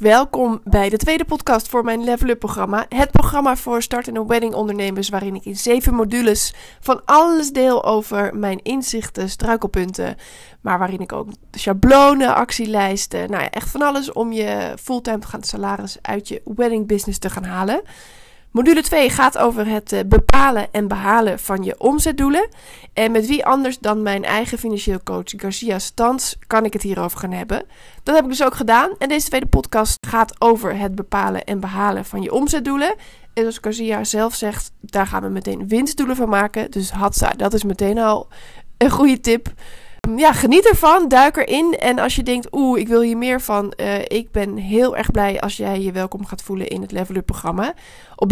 Welkom bij de tweede podcast voor mijn Level Up programma. Het programma voor start- en wedding ondernemers waarin ik in 7 modules van alles deel over mijn inzichten, struikelpunten. Maar waarin ik ook schablonen, actielijsten, echt van alles om je fulltime salaris uit je wedding business te gaan halen. Module 2 gaat over het bepalen en behalen van je omzetdoelen. En met wie anders dan mijn eigen financieel coach Garcia Stans kan ik het hierover gaan hebben. Dat heb ik dus ook gedaan. En deze tweede podcast gaat over het bepalen en behalen van je omzetdoelen. En zoals Garcia zelf zegt, daar gaan we meteen winstdoelen van maken. Dus hatsa, dat is meteen al een goede tip. Ja, geniet ervan, duik erin. En als je denkt, ik wil hier meer van. Ik ben heel erg blij als jij je welkom gaat voelen in het Level Up programma. Op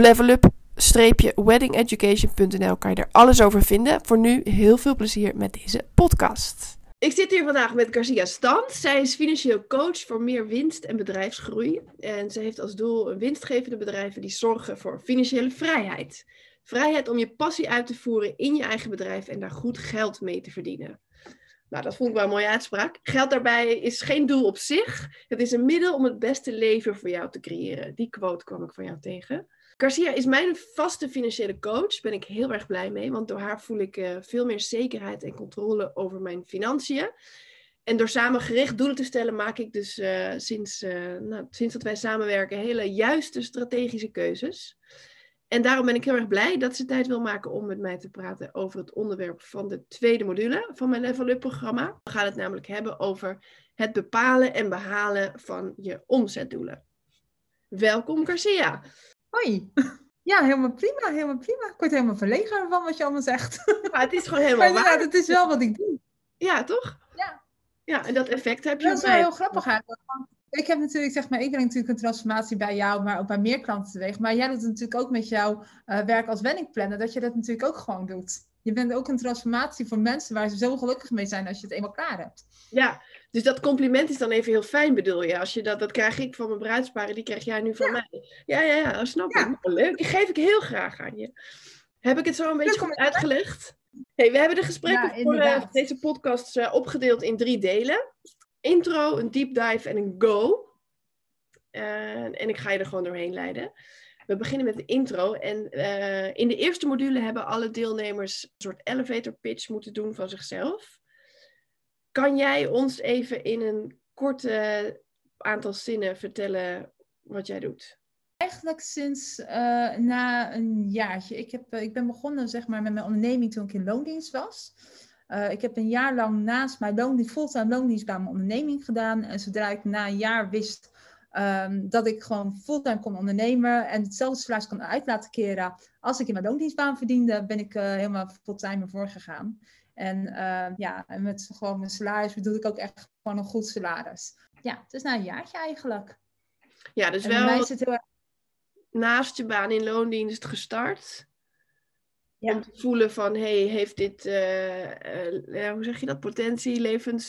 levelup-weddingeducation.nl kan je er alles over vinden. Voor nu heel veel plezier met deze podcast. Ik zit hier vandaag met Garcia Stans. Zij is financieel coach voor meer winst en bedrijfsgroei. En ze heeft als doel winstgevende bedrijven die zorgen voor financiële vrijheid. Vrijheid om je passie uit te voeren in je eigen bedrijf en daar goed geld mee te verdienen. Nou, dat vond ik wel een mooie uitspraak. Geld daarbij is geen doel op zich. Het is een middel om het beste leven voor jou te creëren. Die quote kwam ik van jou tegen. Garcia is mijn vaste financiële coach. Daar ben ik heel erg blij mee. Want door haar voel ik veel meer zekerheid en controle over mijn financiën. En door samen gericht doelen te stellen maak ik dus sinds dat wij samenwerken hele juiste strategische keuzes. En daarom ben ik heel erg blij dat ze tijd wil maken om met mij te praten over het onderwerp van de tweede module van mijn Level Up programma. We gaan het namelijk hebben over het bepalen en behalen van je omzetdoelen. Welkom Garcia. Hoi. Ja, helemaal prima, helemaal prima. Ik word helemaal verlegen van wat je allemaal zegt. Ja, het is gewoon helemaal waar. Het is wel wat ik doe. Ja, toch? Ja. Ja, en dat effect heb je dat is wel heel grappig eigenlijk. Ik heb natuurlijk, ik breng natuurlijk een transformatie bij jou, maar ook bij meer klanten teweeg. Maar jij doet het natuurlijk ook met jouw werk als weddingplanner, dat je dat natuurlijk ook gewoon doet. Je bent ook een transformatie voor mensen waar ze zo gelukkig mee zijn als je het eenmaal klaar hebt. Ja, dus dat compliment is dan even heel fijn, bedoel je? Als je dat krijg ik van mijn bruidsparen, die krijg jij nu van mij. Ja, dat snap ik. Oh, leuk, die geef ik heel graag aan je. Heb ik het zo een beetje goed uitgelegd? Hey, we hebben de gesprekken voor deze podcast opgedeeld in 3 delen. Intro, een deep dive en een go. En ik ga je er gewoon doorheen leiden. We beginnen met de intro. En in de eerste module hebben alle deelnemers een soort elevator pitch moeten doen van zichzelf. Kan jij ons even in een korte aantal zinnen vertellen wat jij doet? Eigenlijk sinds na een jaartje. Ik ben begonnen met mijn onderneming toen ik in loondienst was. Ik heb een jaar lang naast mijn fulltime loondienstbaan mijn onderneming gedaan. En zodra ik na een jaar wist dat ik gewoon fulltime kon ondernemen en hetzelfde salaris kon uit laten keren als ik in mijn loondienstbaan verdiende, ben ik helemaal fulltime ervoor gegaan. En met gewoon mijn salaris bedoel ik ook echt gewoon een goed salaris. Ja, het is na een jaartje eigenlijk. Ja, dus wel naast je baan in loondienst gestart. Ja. Om te voelen van, heeft dit, hoe zeg je dat, potentie, levens...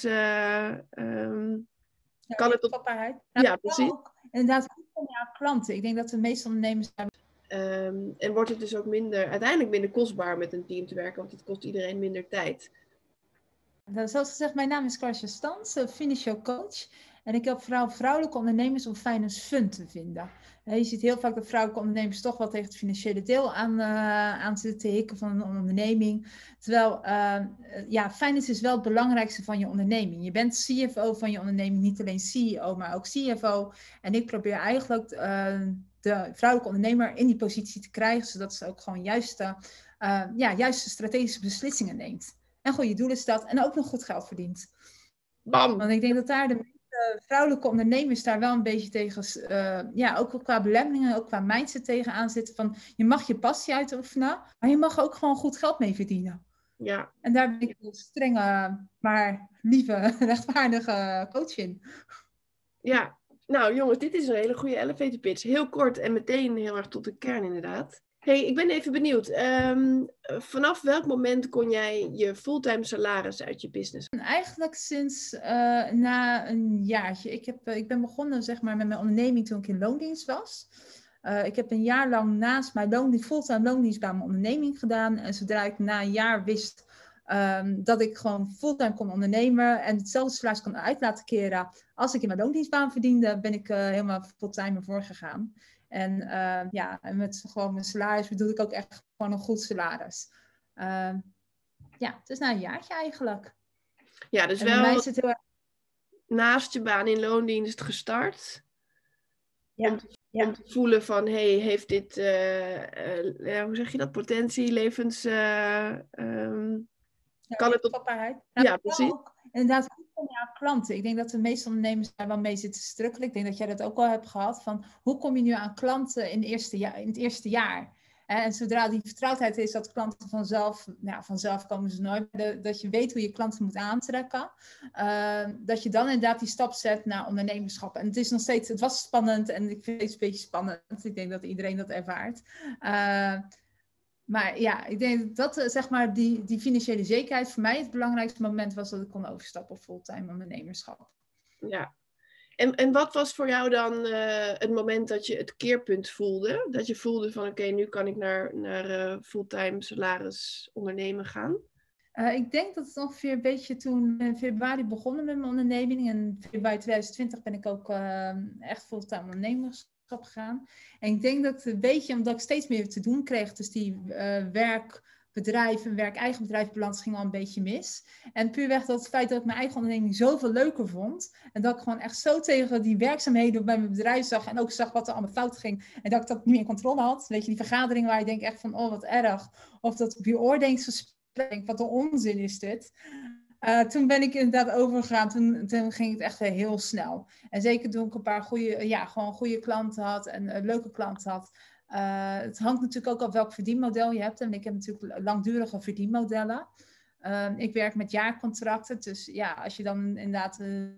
kan het op... vatbaarheid. Ja, precies. Ook, inderdaad, ook van jouw klanten. Ik denk dat de meeste ondernemers... en wordt het dus ook uiteindelijk minder kostbaar met een team te werken, want het kost iedereen minder tijd. Zoals gezegd, mijn naam is Garcia Stans, financieel coach. En ik help vooral vrouwelijke ondernemers om finance fun te vinden. Je ziet heel vaak dat vrouwelijke ondernemers toch wel tegen het financiële deel aan zitten te hikken van een onderneming. Terwijl, finance is wel het belangrijkste van je onderneming. Je bent CFO van je onderneming, niet alleen CEO, maar ook CFO. En ik probeer eigenlijk de vrouwelijke ondernemer in die positie te krijgen, zodat ze ook gewoon juiste strategische beslissingen neemt. En goede doelen stelt en ook nog goed geld verdient. Bam. Want ik denk dat daar de meeste vrouwelijke ondernemers daar wel een beetje tegen, ook qua belemmeringen, ook qua mindset tegenaan zitten van je mag je passie uitoefenen, maar je mag ook gewoon goed geld mee verdienen. Ja. En daar ben ik een strenge, maar lieve, rechtvaardige coach in. Ja, nou jongens, dit is een hele goede elevator pitch. Heel kort en meteen heel erg tot de kern inderdaad. Hey, ik ben even benieuwd. Vanaf welk moment kon jij je fulltime salaris uit je business? Eigenlijk sinds na een jaartje. Ik ben begonnen met mijn onderneming toen ik in loondienst was. Ik heb een jaar lang naast mijn fulltime loondienstbaan mijn onderneming gedaan. En zodra ik na een jaar wist Dat ik gewoon fulltime kon ondernemen en hetzelfde salaris kon uit laten keren. Als ik in mijn loondienstbaan verdiende, ben ik helemaal fulltime ervoor gegaan. En en met gewoon mijn salaris bedoel ik ook echt gewoon een goed salaris. Het is na een jaartje eigenlijk. Ja, dus en wel mij is het heel erg... naast je baan in loondienst gestart. Ja. Om te voelen van, heeft dit, hoe zeg je dat, potentie, levens... kan het op... vatbaarheid. Ja, precies. Ook, inderdaad, hoe kom je aan klanten? Ik denk dat de meeste ondernemers daar wel mee zitten strukkelen. Ik denk dat jij dat ook al hebt gehad. Van, hoe kom je nu aan klanten in het eerste jaar? En zodra die vertrouwdheid is, dat klanten vanzelf komen ze nooit. Dat je weet hoe je klanten moet aantrekken. Dat je dan inderdaad die stap zet naar ondernemerschap. En het was spannend en ik vind het een beetje spannend. Ik denk dat iedereen dat ervaart. Maar ja, ik denk dat zeg maar die financiële zekerheid voor mij het belangrijkste moment was dat ik kon overstappen op fulltime ondernemerschap. Ja. En wat was voor jou dan het moment dat je het keerpunt voelde? Dat je voelde van oké, nu kan ik naar fulltime salaris ondernemen gaan? Ik denk dat het ongeveer een beetje toen in februari begonnen met mijn onderneming. En in februari 2020 ben ik ook echt fulltime ondernemerschap gegaan. En ik denk dat het een beetje, omdat ik steeds meer te doen kreeg, dus die werkbedrijf en werk-eigen bedrijfbalans ging al een beetje mis. En puurweg dat het feit dat ik mijn eigen onderneming zoveel leuker vond. En dat ik gewoon echt zo tegen die werkzaamheden bij mijn bedrijf zag. En ook zag wat er allemaal fout ging. En dat ik dat niet meer in controle had. Weet je, die vergadering waar je denkt echt van, oh wat erg. Of dat beoordelingsgesprek, wat een onzin is dit. Toen ben ik inderdaad overgegaan. Toen ging het echt heel snel. En zeker toen ik een paar goede klanten had en leuke klanten had. Het hangt natuurlijk ook op welk verdienmodel je hebt. En ik heb natuurlijk langdurige verdienmodellen. Ik werk met jaarcontracten. Dus ja, als je dan inderdaad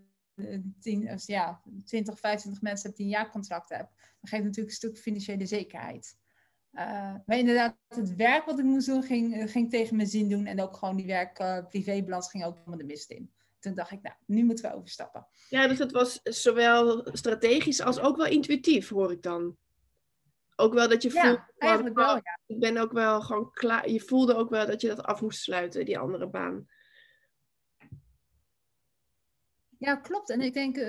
20, 25 mensen hebt die een jaarcontract hebt, dan geeft het natuurlijk een stuk financiële zekerheid. Maar inderdaad, het werk wat ik moest doen, ging tegen mijn zin doen. En ook gewoon die werk-privébalans ging ook helemaal de mist in. Toen dacht ik, nou, nu moeten we overstappen. Ja, dus het was zowel strategisch als ook wel intuïtief, hoor ik dan. Ook wel dat je voelde... Ja, eigenlijk wel, ja. Ik ben ook wel gewoon klaar. Je voelde ook wel dat je dat af moest sluiten, die andere baan. Ja, klopt. En ik denk,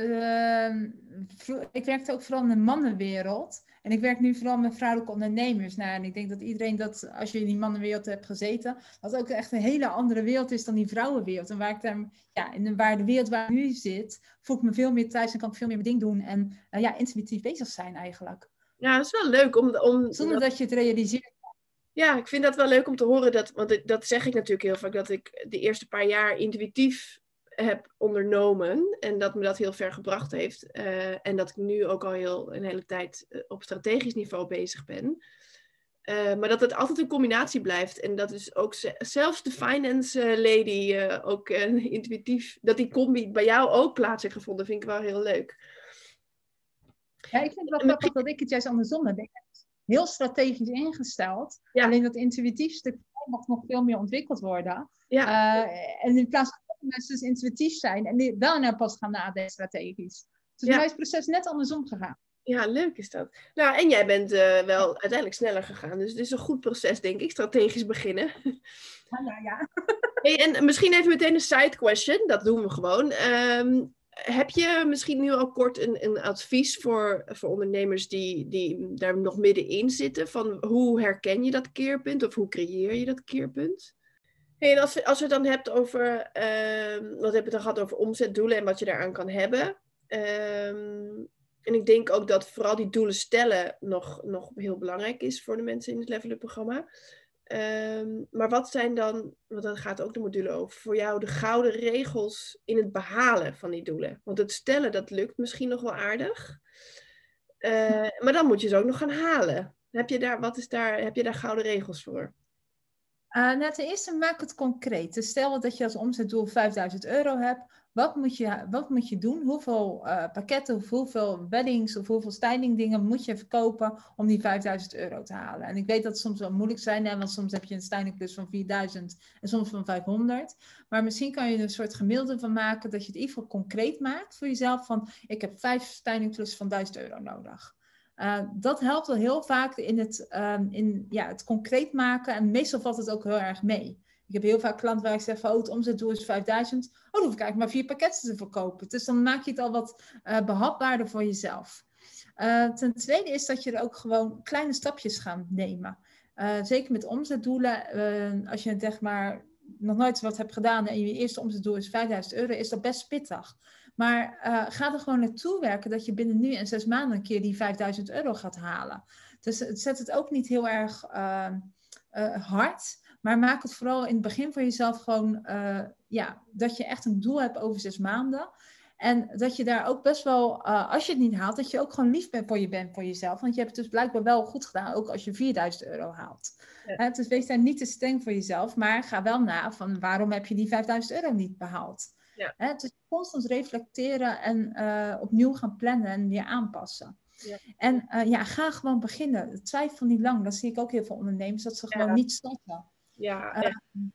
ik werkte ook vooral in de mannenwereld. En ik werk nu vooral met vrouwelijke ondernemers. Nou, en ik denk dat iedereen dat, als je in die mannenwereld hebt gezeten, dat ook echt een hele andere wereld is dan die vrouwenwereld. En waar de wereld waar ik nu zit, voel ik me veel meer thuis en kan ik veel meer mijn ding doen. En intuïtief bezig zijn eigenlijk. Ja, dat is wel leuk om zonder dat je het realiseert. Ja, ik vind dat wel leuk om te horen. Want dat zeg ik natuurlijk heel vaak, dat ik de eerste paar jaar intuïtief heb ondernomen en dat me dat heel ver gebracht heeft. En dat ik nu ook al een hele tijd op strategisch niveau bezig ben. Maar dat het altijd een combinatie blijft. En dat is ook zelfs de finance lady ook intuïtief, dat die combi bij jou ook plaats heeft gevonden, vind ik wel heel leuk. Ja, ik vind het wel grappig dat ik het juist andersom heb. Ik heb het heel strategisch ingesteld. Ja. Alleen dat intuïtief stuk mag nog veel meer ontwikkeld worden. Ja. En in plaats van dat mensen dus intuïtief zijn en daarna pas gaan nadenken strategisch. Dus bij mij is het proces net andersom gegaan. Ja, leuk is dat. Nou, en jij bent wel uiteindelijk sneller gegaan. Dus het is een goed proces, denk ik. Strategisch beginnen. Ja. Hey, en misschien even meteen een side question. Dat doen we gewoon. Heb je misschien nu al kort een advies voor ondernemers die daar nog middenin zitten? Van hoe herken je dat keerpunt? Of hoe creëer je dat keerpunt? Hey, en als we het dan hebt over... wat hebben we dan gehad over omzetdoelen en wat je daaraan kan hebben? En ik denk ook dat vooral die doelen stellen nog heel belangrijk is voor de mensen in het Level Up programma. Maar wat zijn dan, want daar gaat ook de module over, voor jou de gouden regels in het behalen van die doelen? Want het stellen, dat lukt misschien nog wel aardig. Maar dan moet je ze ook nog gaan halen. Heb je daar gouden regels voor? Ten eerste maak het concreet. Dus stel dat je als omzetdoel €5.000 hebt. Wat moet je doen? Hoeveel pakketten of hoeveel weddings of hoeveel stylingdingen moet je verkopen om die €5.000 te halen? En ik weet dat het soms wel moeilijk zijn, want soms heb je een stylingklus van 4.000 en soms van 500. Maar misschien kan je er een soort gemiddelde van maken dat je het in ieder geval concreet maakt voor jezelf van ik heb 5 stylingklussen van €1.000 nodig. Dat helpt wel heel vaak in het concreet maken. En meestal valt het ook heel erg mee. Ik heb heel vaak klanten waar ik zeg van, het omzetdoel is 5000. Dan hoef ik eigenlijk maar 4 pakketten te verkopen. Dus dan maak je het al wat behapbaarder voor jezelf. Ten tweede is dat je er ook gewoon kleine stapjes gaat nemen. Zeker met omzetdoelen. Als je zeg maar nog nooit wat hebt gedaan en je eerste omzetdoel is 5000 euro, is dat best pittig. Maar ga er gewoon naartoe werken dat je binnen nu en 6 maanden een keer die 5000 euro gaat halen. Dus zet het ook niet heel erg hard. Maar maak het vooral in het begin voor jezelf gewoon, dat je echt een doel hebt over 6 maanden. En dat je daar ook best wel, als je het niet haalt, dat je ook gewoon lief bent voor jezelf. Want je hebt het dus blijkbaar wel goed gedaan, ook als je 4000 euro haalt. Ja. Dus wees daar niet te streng voor jezelf, maar ga wel na van waarom heb je die 5000 euro niet behaald. Ja. Dus constant reflecteren en opnieuw gaan plannen en weer aanpassen. Ja. En ga gewoon beginnen. Twijfel niet lang. Dat zie ik ook heel veel ondernemers, dat ze gewoon niet starten. Ja,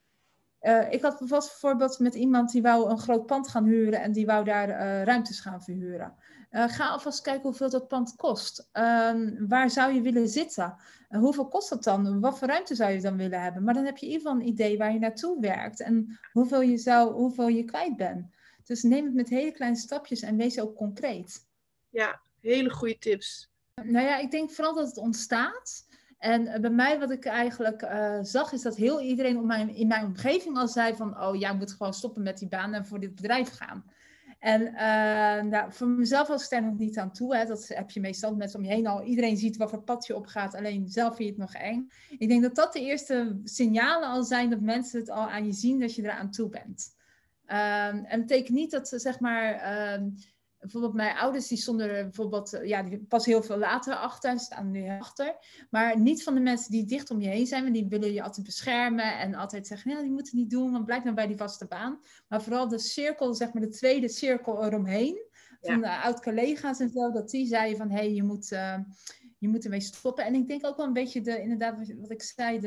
ik had bijvoorbeeld met iemand die wou een groot pand gaan huren en die wou daar ruimtes gaan verhuren. Ga alvast kijken hoeveel dat pand kost. Waar zou je willen zitten? Hoeveel kost dat dan? Wat voor ruimte zou je dan willen hebben? Maar dan heb je in ieder geval een idee waar je naartoe werkt en hoeveel je kwijt bent. Dus neem het met hele kleine stapjes en wees ook concreet. Ja, hele goede tips. Nou ja, ik denk vooral dat het ontstaat. En bij mij wat ik eigenlijk zag is dat heel iedereen in mijn omgeving al zei van, oh, jij moet gewoon stoppen met die baan en voor dit bedrijf gaan. En voor mezelf was ik daar nog niet aan toe. Hè. Dat heb je meestal met om je heen al. Iedereen ziet wat voor pad je opgaat, alleen zelf vind je het nog eng. Ik denk dat dat de eerste signalen al zijn dat mensen het al aan je zien dat je eraan toe bent. En het betekent niet dat ze zeg maar... bijvoorbeeld mijn ouders, die stonden er bijvoorbeeld, die pas heel veel later achter, staan nu achter. Maar niet van de mensen die dicht om je heen zijn, want die willen je altijd beschermen en altijd zeggen, ja, die moeten niet doen, want blijf nou bij die vaste baan. Maar vooral de cirkel, zeg maar de tweede cirkel eromheen, van de oud-collega's en zo, dat die zeiden van, hé, je moet ermee stoppen. En ik denk ook wel een beetje inderdaad, wat ik zei,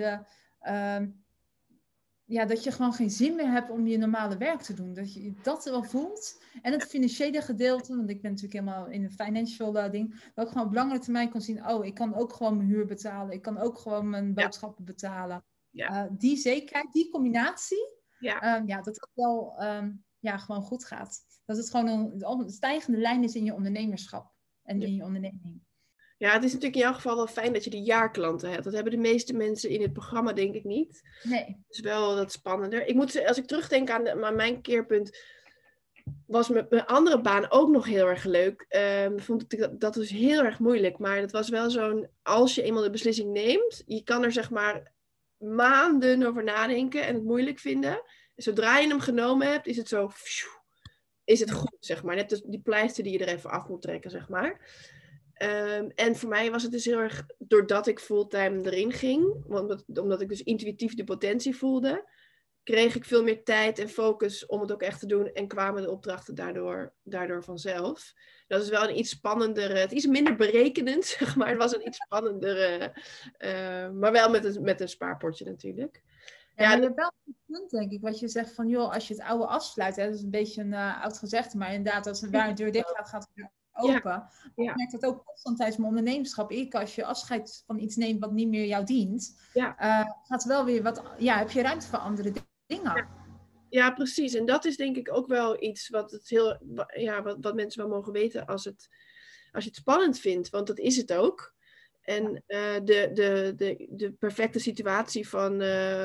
dat je gewoon geen zin meer hebt om je normale werk te doen. Dat je dat wel voelt. En het financiële gedeelte, want ik ben natuurlijk helemaal in een financial ding, dat ik gewoon op langere termijn kan zien, oh, ik kan ook gewoon mijn huur betalen. Ik kan ook gewoon mijn boodschappen betalen. Ja. Die zekerheid, die combinatie, dat het wel gewoon goed gaat. Dat het gewoon een stijgende lijn is in je ondernemerschap en in je onderneming. Ja, het is natuurlijk in jouw geval wel fijn dat je de jaarklanten hebt. Dat hebben de meeste mensen in het programma denk ik niet. Nee. Dus wel dat spannender. Als ik terugdenk aan mijn keerpunt, was mijn andere baan ook nog heel erg leuk. Vond ik dat was heel erg moeilijk. Maar het was wel zo'n, als je eenmaal de beslissing neemt, je kan er zeg maar maanden over nadenken en het moeilijk vinden. En zodra je hem genomen hebt, is het zo, is het goed, zeg maar. Net die pleister die je er even af moet trekken, zeg maar. En voor mij was het dus heel erg, doordat ik fulltime erin ging, omdat ik dus intuïtief de potentie voelde, kreeg ik veel meer tijd en focus om het ook echt te doen en kwamen de opdrachten daardoor vanzelf. Dat is wel een iets spannendere, het is minder berekenend, zeg maar. Het was een iets spannendere, maar wel met een spaarpotje natuurlijk. Ja, maar je hebt wel een punt, denk ik, wat je zegt van, joh, als je het oude afsluit, hè, dat is een beetje een oud gezegde, maar inderdaad, als waar een deur dicht gaat, gaat het weer open. Ja. Ik merk dat ook constant tijdens mijn ondernemerschap. Als je afscheid van iets neemt wat niet meer jou dient, gaat wel weer heb je ruimte voor andere dingen. Ja, precies. En dat is denk ik ook wel iets wat wat mensen wel mogen weten als je het spannend vindt, want dat is het ook. En de perfecte situatie van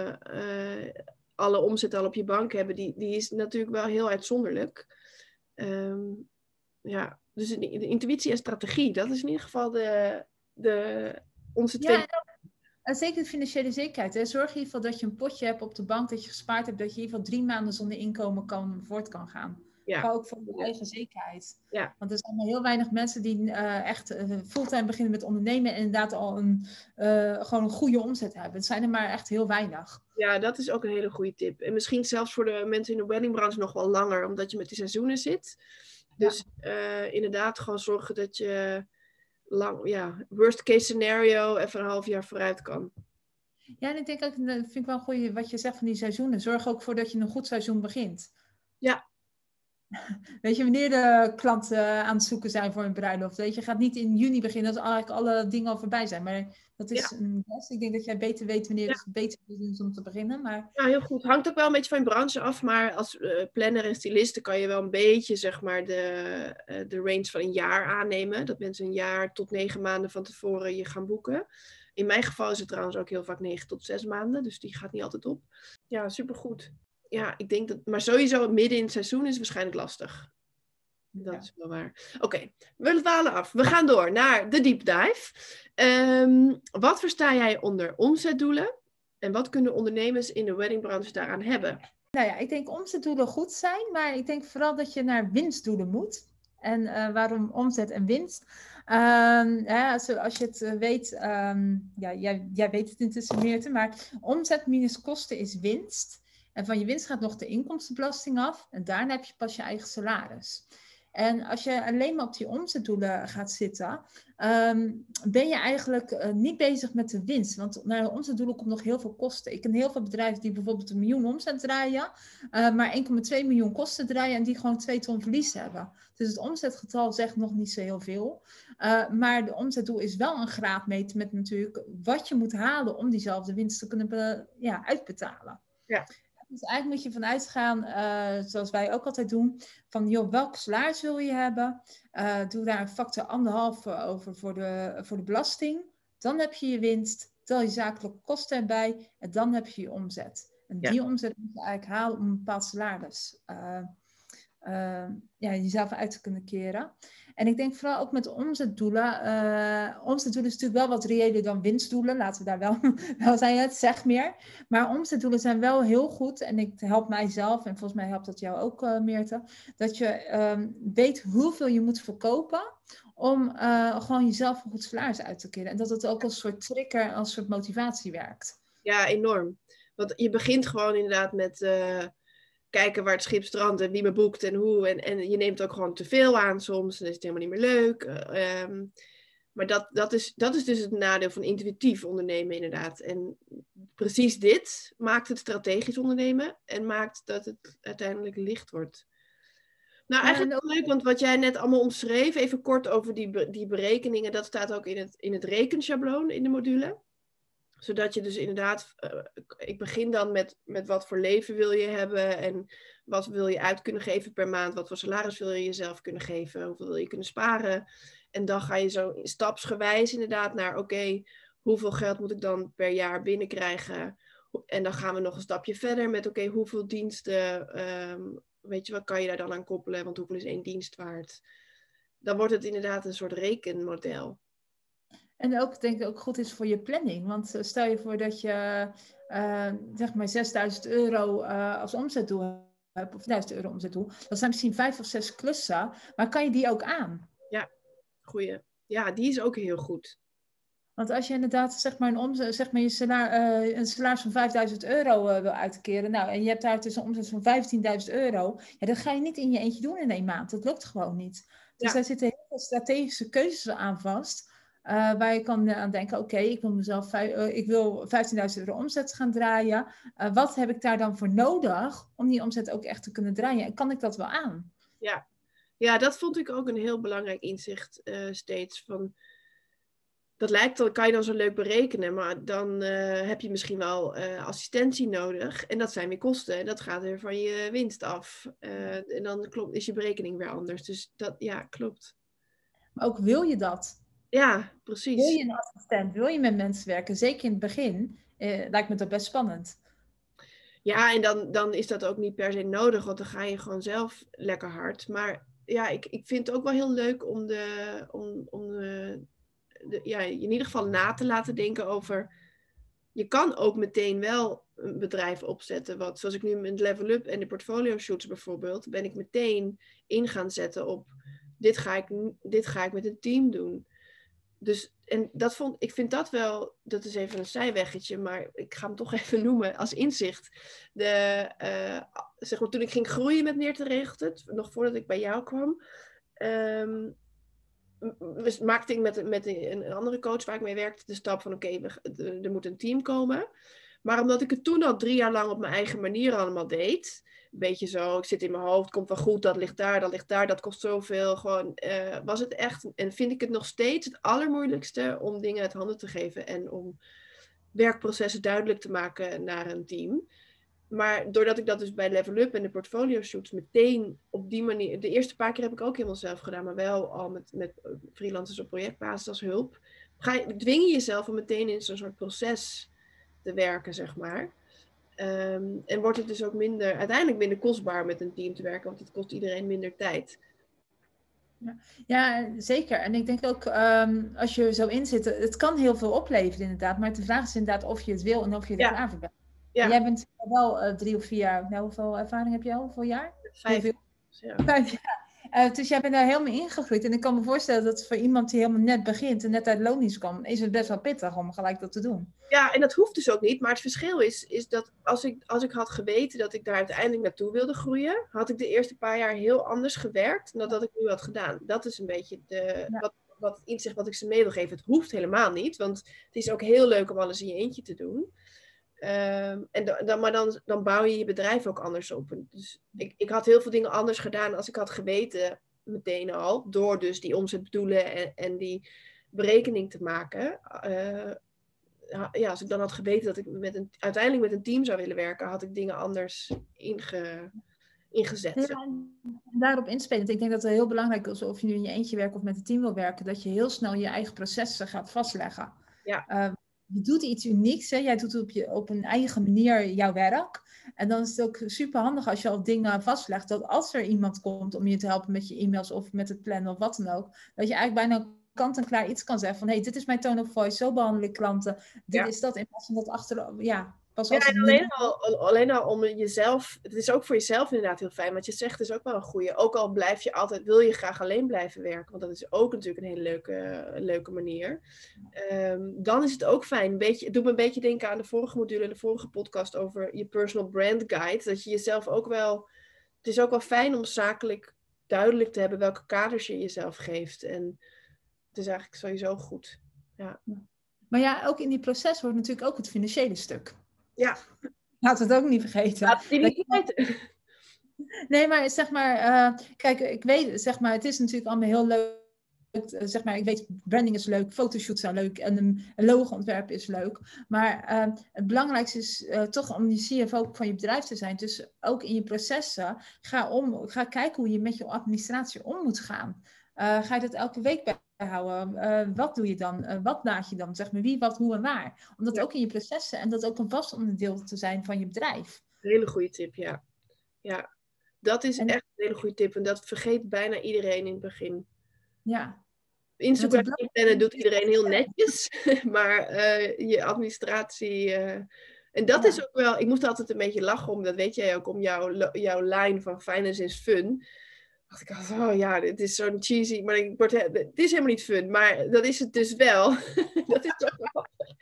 alle omzet al op je bank hebben, die is natuurlijk wel heel uitzonderlijk. Dus de intuïtie en strategie, dat is in ieder geval onze twee... Ja, en zeker de financiële zekerheid. Hè. Zorg in ieder geval dat je een potje hebt op de bank, dat je gespaard hebt, dat je in ieder geval 3 maanden zonder inkomen voort kan gaan. Ja. Maar ook voor je eigen zekerheid. Ja. Want er zijn maar heel weinig mensen die echt fulltime beginnen met ondernemen en inderdaad al gewoon een goede omzet hebben. Het zijn er maar echt heel weinig. Ja, dat is ook een hele goede tip. En misschien zelfs voor de mensen in de weddingbranche nog wel langer, omdat je met die seizoenen zit. Dus inderdaad gewoon zorgen dat je worst case scenario even een half jaar vooruit kan. Ja, en ik denk ook, dat vind ik wel goed wat je zegt van die seizoenen. Zorg ook voor dat je een goed seizoen begint. Ja. Weet je, wanneer de klanten aan het zoeken zijn voor een bruiloft. Weet je, gaat niet in juni beginnen als eigenlijk alle dingen al voorbij zijn. Maar dat is Ja. een les. Ik denk dat jij beter weet wanneer Ja. het beter is om te beginnen. Maar Ja, heel goed. Hangt ook wel een beetje van je branche af, maar als planner en styliste kan je wel een beetje, zeg maar, de range van een jaar aannemen. Dat mensen een jaar tot 9 maanden van tevoren je gaan boeken. In mijn geval is het trouwens ook heel vaak 9 tot 6 maanden, dus die gaat niet altijd op. Ja, supergoed. Ja, ik denk dat, maar sowieso midden in het seizoen is waarschijnlijk lastig. Dat is wel waar. Oké, we dwalen af. We gaan door naar de deep dive. Wat versta jij onder omzetdoelen? En wat kunnen ondernemers in de weddingbranche daaraan hebben? nou ja, ik denk omzetdoelen goed zijn, maar ik denk vooral dat je naar winstdoelen moet. En waarom omzet en winst? Als je het weet, ja, jij weet het intussen, Meerte, maar omzet minus kosten is winst. En van je winst gaat nog de inkomstenbelasting af. En daarna heb je pas je eigen salaris. En als je alleen maar op die omzetdoelen gaat zitten, ben je eigenlijk niet bezig met de winst. Want naar de omzetdoelen komt nog heel veel kosten. Ik ken heel veel bedrijven die bijvoorbeeld 1 miljoen omzet draaien, maar 1,2 miljoen kosten draaien en die gewoon 2 ton verlies hebben. Dus het omzetgetal zegt nog niet zo heel veel. Maar de omzetdoel is wel een graadmeter met natuurlijk wat je moet halen om diezelfde winst te kunnen uitbetalen. Ja. Dus eigenlijk moet je vanuit gaan, zoals wij ook altijd doen, van joh, welk salaris wil je hebben? Doe daar een factor 1,5 over voor de belasting. Dan heb je je winst, tel je zakelijke kosten erbij en dan heb je je omzet. En die omzet moet je eigenlijk halen om een bepaald salaris jezelf uit te kunnen keren. En ik denk vooral ook met omzetdoelen. Omzetdoelen is natuurlijk wel wat reëler dan winstdoelen. Laten we daar wel zijn, het zeg meer. Maar omzetdoelen zijn wel heel goed. En het helpt mijzelf, en volgens mij helpt dat jou ook, Meerte. Dat je weet hoeveel je moet verkopen om gewoon jezelf een goed salaris uit te keren. En dat het ook als een soort trigger, als een soort motivatie werkt. Ja, enorm. Want je begint gewoon inderdaad met kijken waar het schip strandt en wie me boekt en hoe. En je neemt ook gewoon te veel aan soms. Dan is het helemaal niet meer leuk. Maar dat is dus het nadeel van intuïtief ondernemen inderdaad. En precies dit maakt het strategisch ondernemen en maakt dat het uiteindelijk licht wordt. Nou, eigenlijk leuk, want wat jij net allemaal omschreef, even kort over die berekeningen, dat staat ook in het rekenschabloon in de module. Zodat je dus inderdaad, ik begin dan met wat voor leven wil je hebben en wat wil je uit kunnen geven per maand, wat voor salaris wil je jezelf kunnen geven, hoeveel wil je kunnen sparen. En dan ga je zo stapsgewijs inderdaad naar, oké, hoeveel geld moet ik dan per jaar binnenkrijgen? En dan gaan we nog een stapje verder met, oké, hoeveel diensten, weet je, wat kan je daar dan aan koppelen? Want hoeveel is 1 dienst waard? Dan wordt het inderdaad een soort rekenmodel. En ook, denk ik, ook goed is voor je planning. Want stel je voor dat je, zeg maar, €6.000 als omzetdoel hebt, of €1.000 omzetdoel. Dat zijn misschien 5 of 6 klussen, maar kan je die ook aan? Ja, goeie. Ja, die is ook heel goed. Want als je inderdaad, zeg maar, een salaris van €5.000 wil uitkeren, nou, en je hebt daar tussen een omzet van €15.000, ja, dat ga je niet in je eentje doen in 1 maand. Dat lukt gewoon niet. Dus daar zitten heel veel strategische keuzes aan vast. Waar je kan aan denken, oké, ik wil €15.000 omzet gaan draaien. Wat heb ik daar dan voor nodig om die omzet ook echt te kunnen draaien? En kan ik dat wel aan? Ja, dat vond ik ook een heel belangrijk inzicht steeds. Van, kan je dan zo leuk berekenen, maar dan heb je misschien wel assistentie nodig. En dat zijn weer kosten. En dat gaat weer van je winst af. En dan is je berekening weer anders. Dus dat, ja, klopt. Maar ook wil je dat? Ja, precies. Wil je een assistent? Wil je met mensen werken? Zeker in het begin lijkt me dat best spannend. Ja, en dan is dat ook niet per se nodig, want dan ga je gewoon zelf lekker hard. Maar ja, ik vind het ook wel heel leuk om in ieder geval na te laten denken over. Je kan ook meteen wel een bedrijf opzetten. Wat, zoals ik nu met Level Up en de portfolio shoots bijvoorbeeld, ben ik meteen in gaan zetten op dit ga ik met een team doen. Dus, en ik vind dat wel, dat is even een zijweggetje, maar ik ga hem toch even noemen als inzicht. Zeg maar, toen ik ging groeien met Meerte regelt het, nog voordat ik bij jou kwam, maakte ik met een andere coach waar ik mee werkte de stap van oké, er moet een team komen. Maar omdat ik het toen al 3 jaar lang op mijn eigen manier allemaal deed, een beetje zo, ik zit in mijn hoofd, komt wel goed, dat ligt daar, dat kost zoveel. Gewoon was het echt, en vind ik het nog steeds het allermoeilijkste om dingen uit handen te geven en om werkprocessen duidelijk te maken naar een team. Maar doordat ik dat dus bij Level Up en de portfolio shoots meteen op die manier... De eerste paar keer heb ik ook helemaal zelf gedaan, maar wel al met freelancers op projectbasis als hulp. Dwing je jezelf om meteen in zo'n soort proces te werken, zeg maar. En wordt het dus ook uiteindelijk minder kostbaar met een team te werken, want het kost iedereen minder tijd. Ja, zeker. En ik denk ook, als je zo in zit, het kan heel veel opleveren inderdaad. Maar de vraag is inderdaad of je het wil en of je er klaar voor bent. Ja. Jij bent wel 3 of 4 jaar, nou, hoeveel ervaring heb je al? Hoeveel jaar? 5. Ja. 5 jaar. Dus jij bent daar helemaal ingegroeid. En ik kan me voorstellen dat voor iemand die helemaal net begint en net uit loondienst kwam, is het best wel pittig om gelijk dat te doen. Ja, en dat hoeft dus ook niet. Maar het verschil is dat als ik had geweten dat ik daar uiteindelijk naartoe wilde groeien, had ik de eerste paar jaar heel anders gewerkt dan dat ik nu had gedaan. Dat is een beetje wat het inzicht wat ik ze mee wil geven. Het hoeft helemaal niet, want het is ook heel leuk om alles in je eentje te doen. Maar dan bouw je je bedrijf ook anders op. Dus ik had heel veel dingen anders gedaan als ik had geweten meteen al. Door dus die omzetdoelen en die berekening te maken. Als ik dan had geweten dat ik uiteindelijk met een team zou willen werken, had ik dingen anders ingezet. Ja, en daarop inspelen. Ik denk dat het heel belangrijk is, of je nu in je eentje werkt of met een team wil werken, dat je heel snel je eigen processen gaat vastleggen. Ja. Je doet iets unieks, hè? Jij doet op een eigen manier jouw werk. En dan is het ook super handig als je al dingen vastlegt, dat als er iemand komt om je te helpen met je e-mails of met het plannen of wat dan ook, dat je eigenlijk bijna kant-en-klaar iets kan zeggen van, hey, dit is mijn tone of voice, zo behandel ik klanten. Dit is dat, in plaats van dat achteraf, pas als en alleen al om jezelf, het is ook voor jezelf inderdaad heel fijn, want je zegt is ook wel een goeie. Ook al wil je graag alleen blijven werken, want dat is ook natuurlijk een hele leuke manier. Dan is het ook fijn. Het doet me een beetje denken aan de vorige module, de vorige podcast over je personal brand guide. Dat je jezelf ook wel, het is ook wel fijn om zakelijk duidelijk te hebben welke kaders je jezelf geeft. En het is eigenlijk sowieso goed. Ja. Maar ja, ook in die proces wordt natuurlijk ook het financiële stuk. Ja. Laten we het ook niet vergeten. Laat het niet vergeten. Nee, maar zeg maar, kijk, ik weet, zeg maar, het is natuurlijk allemaal heel leuk. Zeg maar, ik weet, branding is leuk, fotoshoots zijn leuk en een logo-ontwerp is leuk. Maar het belangrijkste is toch om die CFO van je bedrijf te zijn. Dus ook in je processen, ga kijken hoe je met je administratie om moet gaan. Ga je dat elke week bijhouden? Wat doe je dan? Wat laat je dan? Zeg maar wie, wat, hoe en waar. Om dat ook in je processen en dat ook een vast onderdeel te zijn van je bedrijf. Een hele goede tip, ja. Ja, dat is echt een hele goede tip. En dat vergeet bijna iedereen in het begin. Ja. Instagram plannen doet iedereen heel netjes. Maar je administratie... En dat is ook wel... Ik moest altijd een beetje lachen om, dat weet jij ook, om jouw lijn van finance is fun. Dacht ik altijd, oh ja, dit is zo'n cheesy... Maar het is helemaal niet fun, maar dat is het dus wel. Dat is toch wel...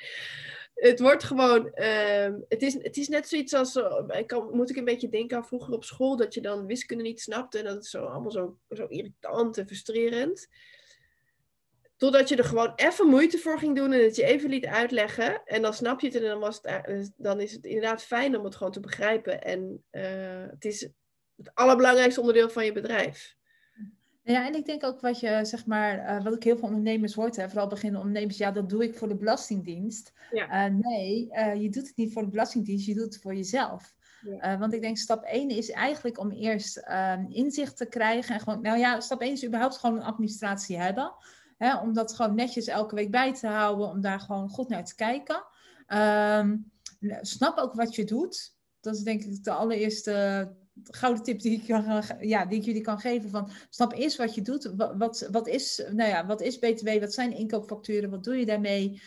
Het wordt gewoon... Het is net zoiets als... moet ik een beetje denken aan vroeger op school, dat je dan wiskunde niet snapte. En dat is allemaal zo irritant en frustrerend. Totdat je er gewoon even moeite voor ging doen en het je even liet uitleggen. En dan snap je het en dan is het inderdaad fijn om het gewoon te begrijpen. En het is het allerbelangrijkste onderdeel van je bedrijf. Ja, en ik denk ook wat je, zeg maar, wat ik heel veel ondernemers hoort, vooral beginnende ondernemers, ja, dat doe ik voor de Belastingdienst. Ja. Nee, je doet het niet voor de Belastingdienst, je doet het voor jezelf. Ja. Want ik denk stap 1 is eigenlijk om eerst inzicht te krijgen. En gewoon, nou ja, stap 1 is überhaupt gewoon een administratie hebben. Hè, om dat gewoon netjes elke week bij te houden, om daar gewoon goed naar te kijken. Snap ook wat je doet. Dat is denk ik de allereerste gouden tip die ik jullie kan geven. Van, snap eerst wat je doet. Wat is BTW? Wat zijn inkoopfacturen? Wat doe je daarmee?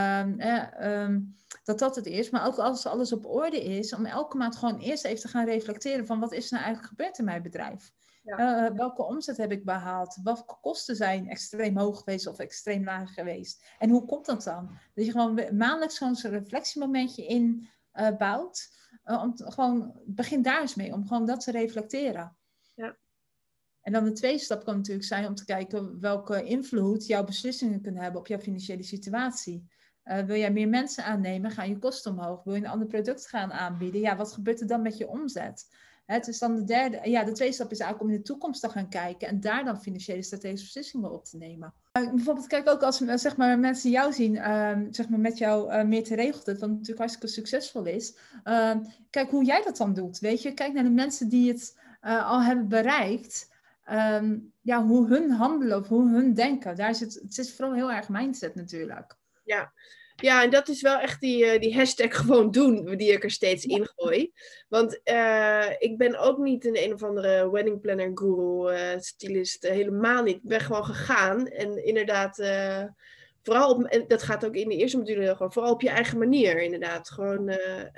Dat het is. Maar ook als alles op orde is, om elke maand gewoon eerst even te gaan reflecteren van wat is er nou eigenlijk gebeurd in mijn bedrijf? Ja. Welke omzet heb ik behaald? Welke kosten zijn extreem hoog geweest of extreem laag geweest? En hoe komt dat dan? Dat je gewoon maandelijks zo'n reflectiemomentje inbouwt. Begin daar eens mee, om gewoon dat te reflecteren. Ja. En dan de tweede stap kan natuurlijk zijn om te kijken welke invloed jouw beslissingen kunnen hebben op jouw financiële situatie. Wil jij meer mensen aannemen, gaan je kosten omhoog. Wil je een ander product gaan aanbieden? Ja, wat gebeurt er dan met je omzet? Dus dan de tweede stap is eigenlijk om in de toekomst te gaan kijken en daar dan financiële strategische beslissingen op te nemen. Bijvoorbeeld, kijk ook als zeg maar, mensen jou zien, zeg maar met jou meer te regelen, wat natuurlijk hartstikke succesvol is. Kijk hoe jij dat dan doet, weet je. Kijk naar de mensen die het al hebben bereikt. Hoe hun handelen of hoe hun denken. Het zit vooral heel erg mindset natuurlijk. Ja, en dat is wel echt die hashtag gewoon doen, die ik er steeds in gooi. Want ik ben ook niet een of andere wedding planner guru, stylist, helemaal niet. Ik ben gewoon gegaan en inderdaad, vooral en dat gaat ook in de eerste module, gewoon vooral op je eigen manier inderdaad. Gewoon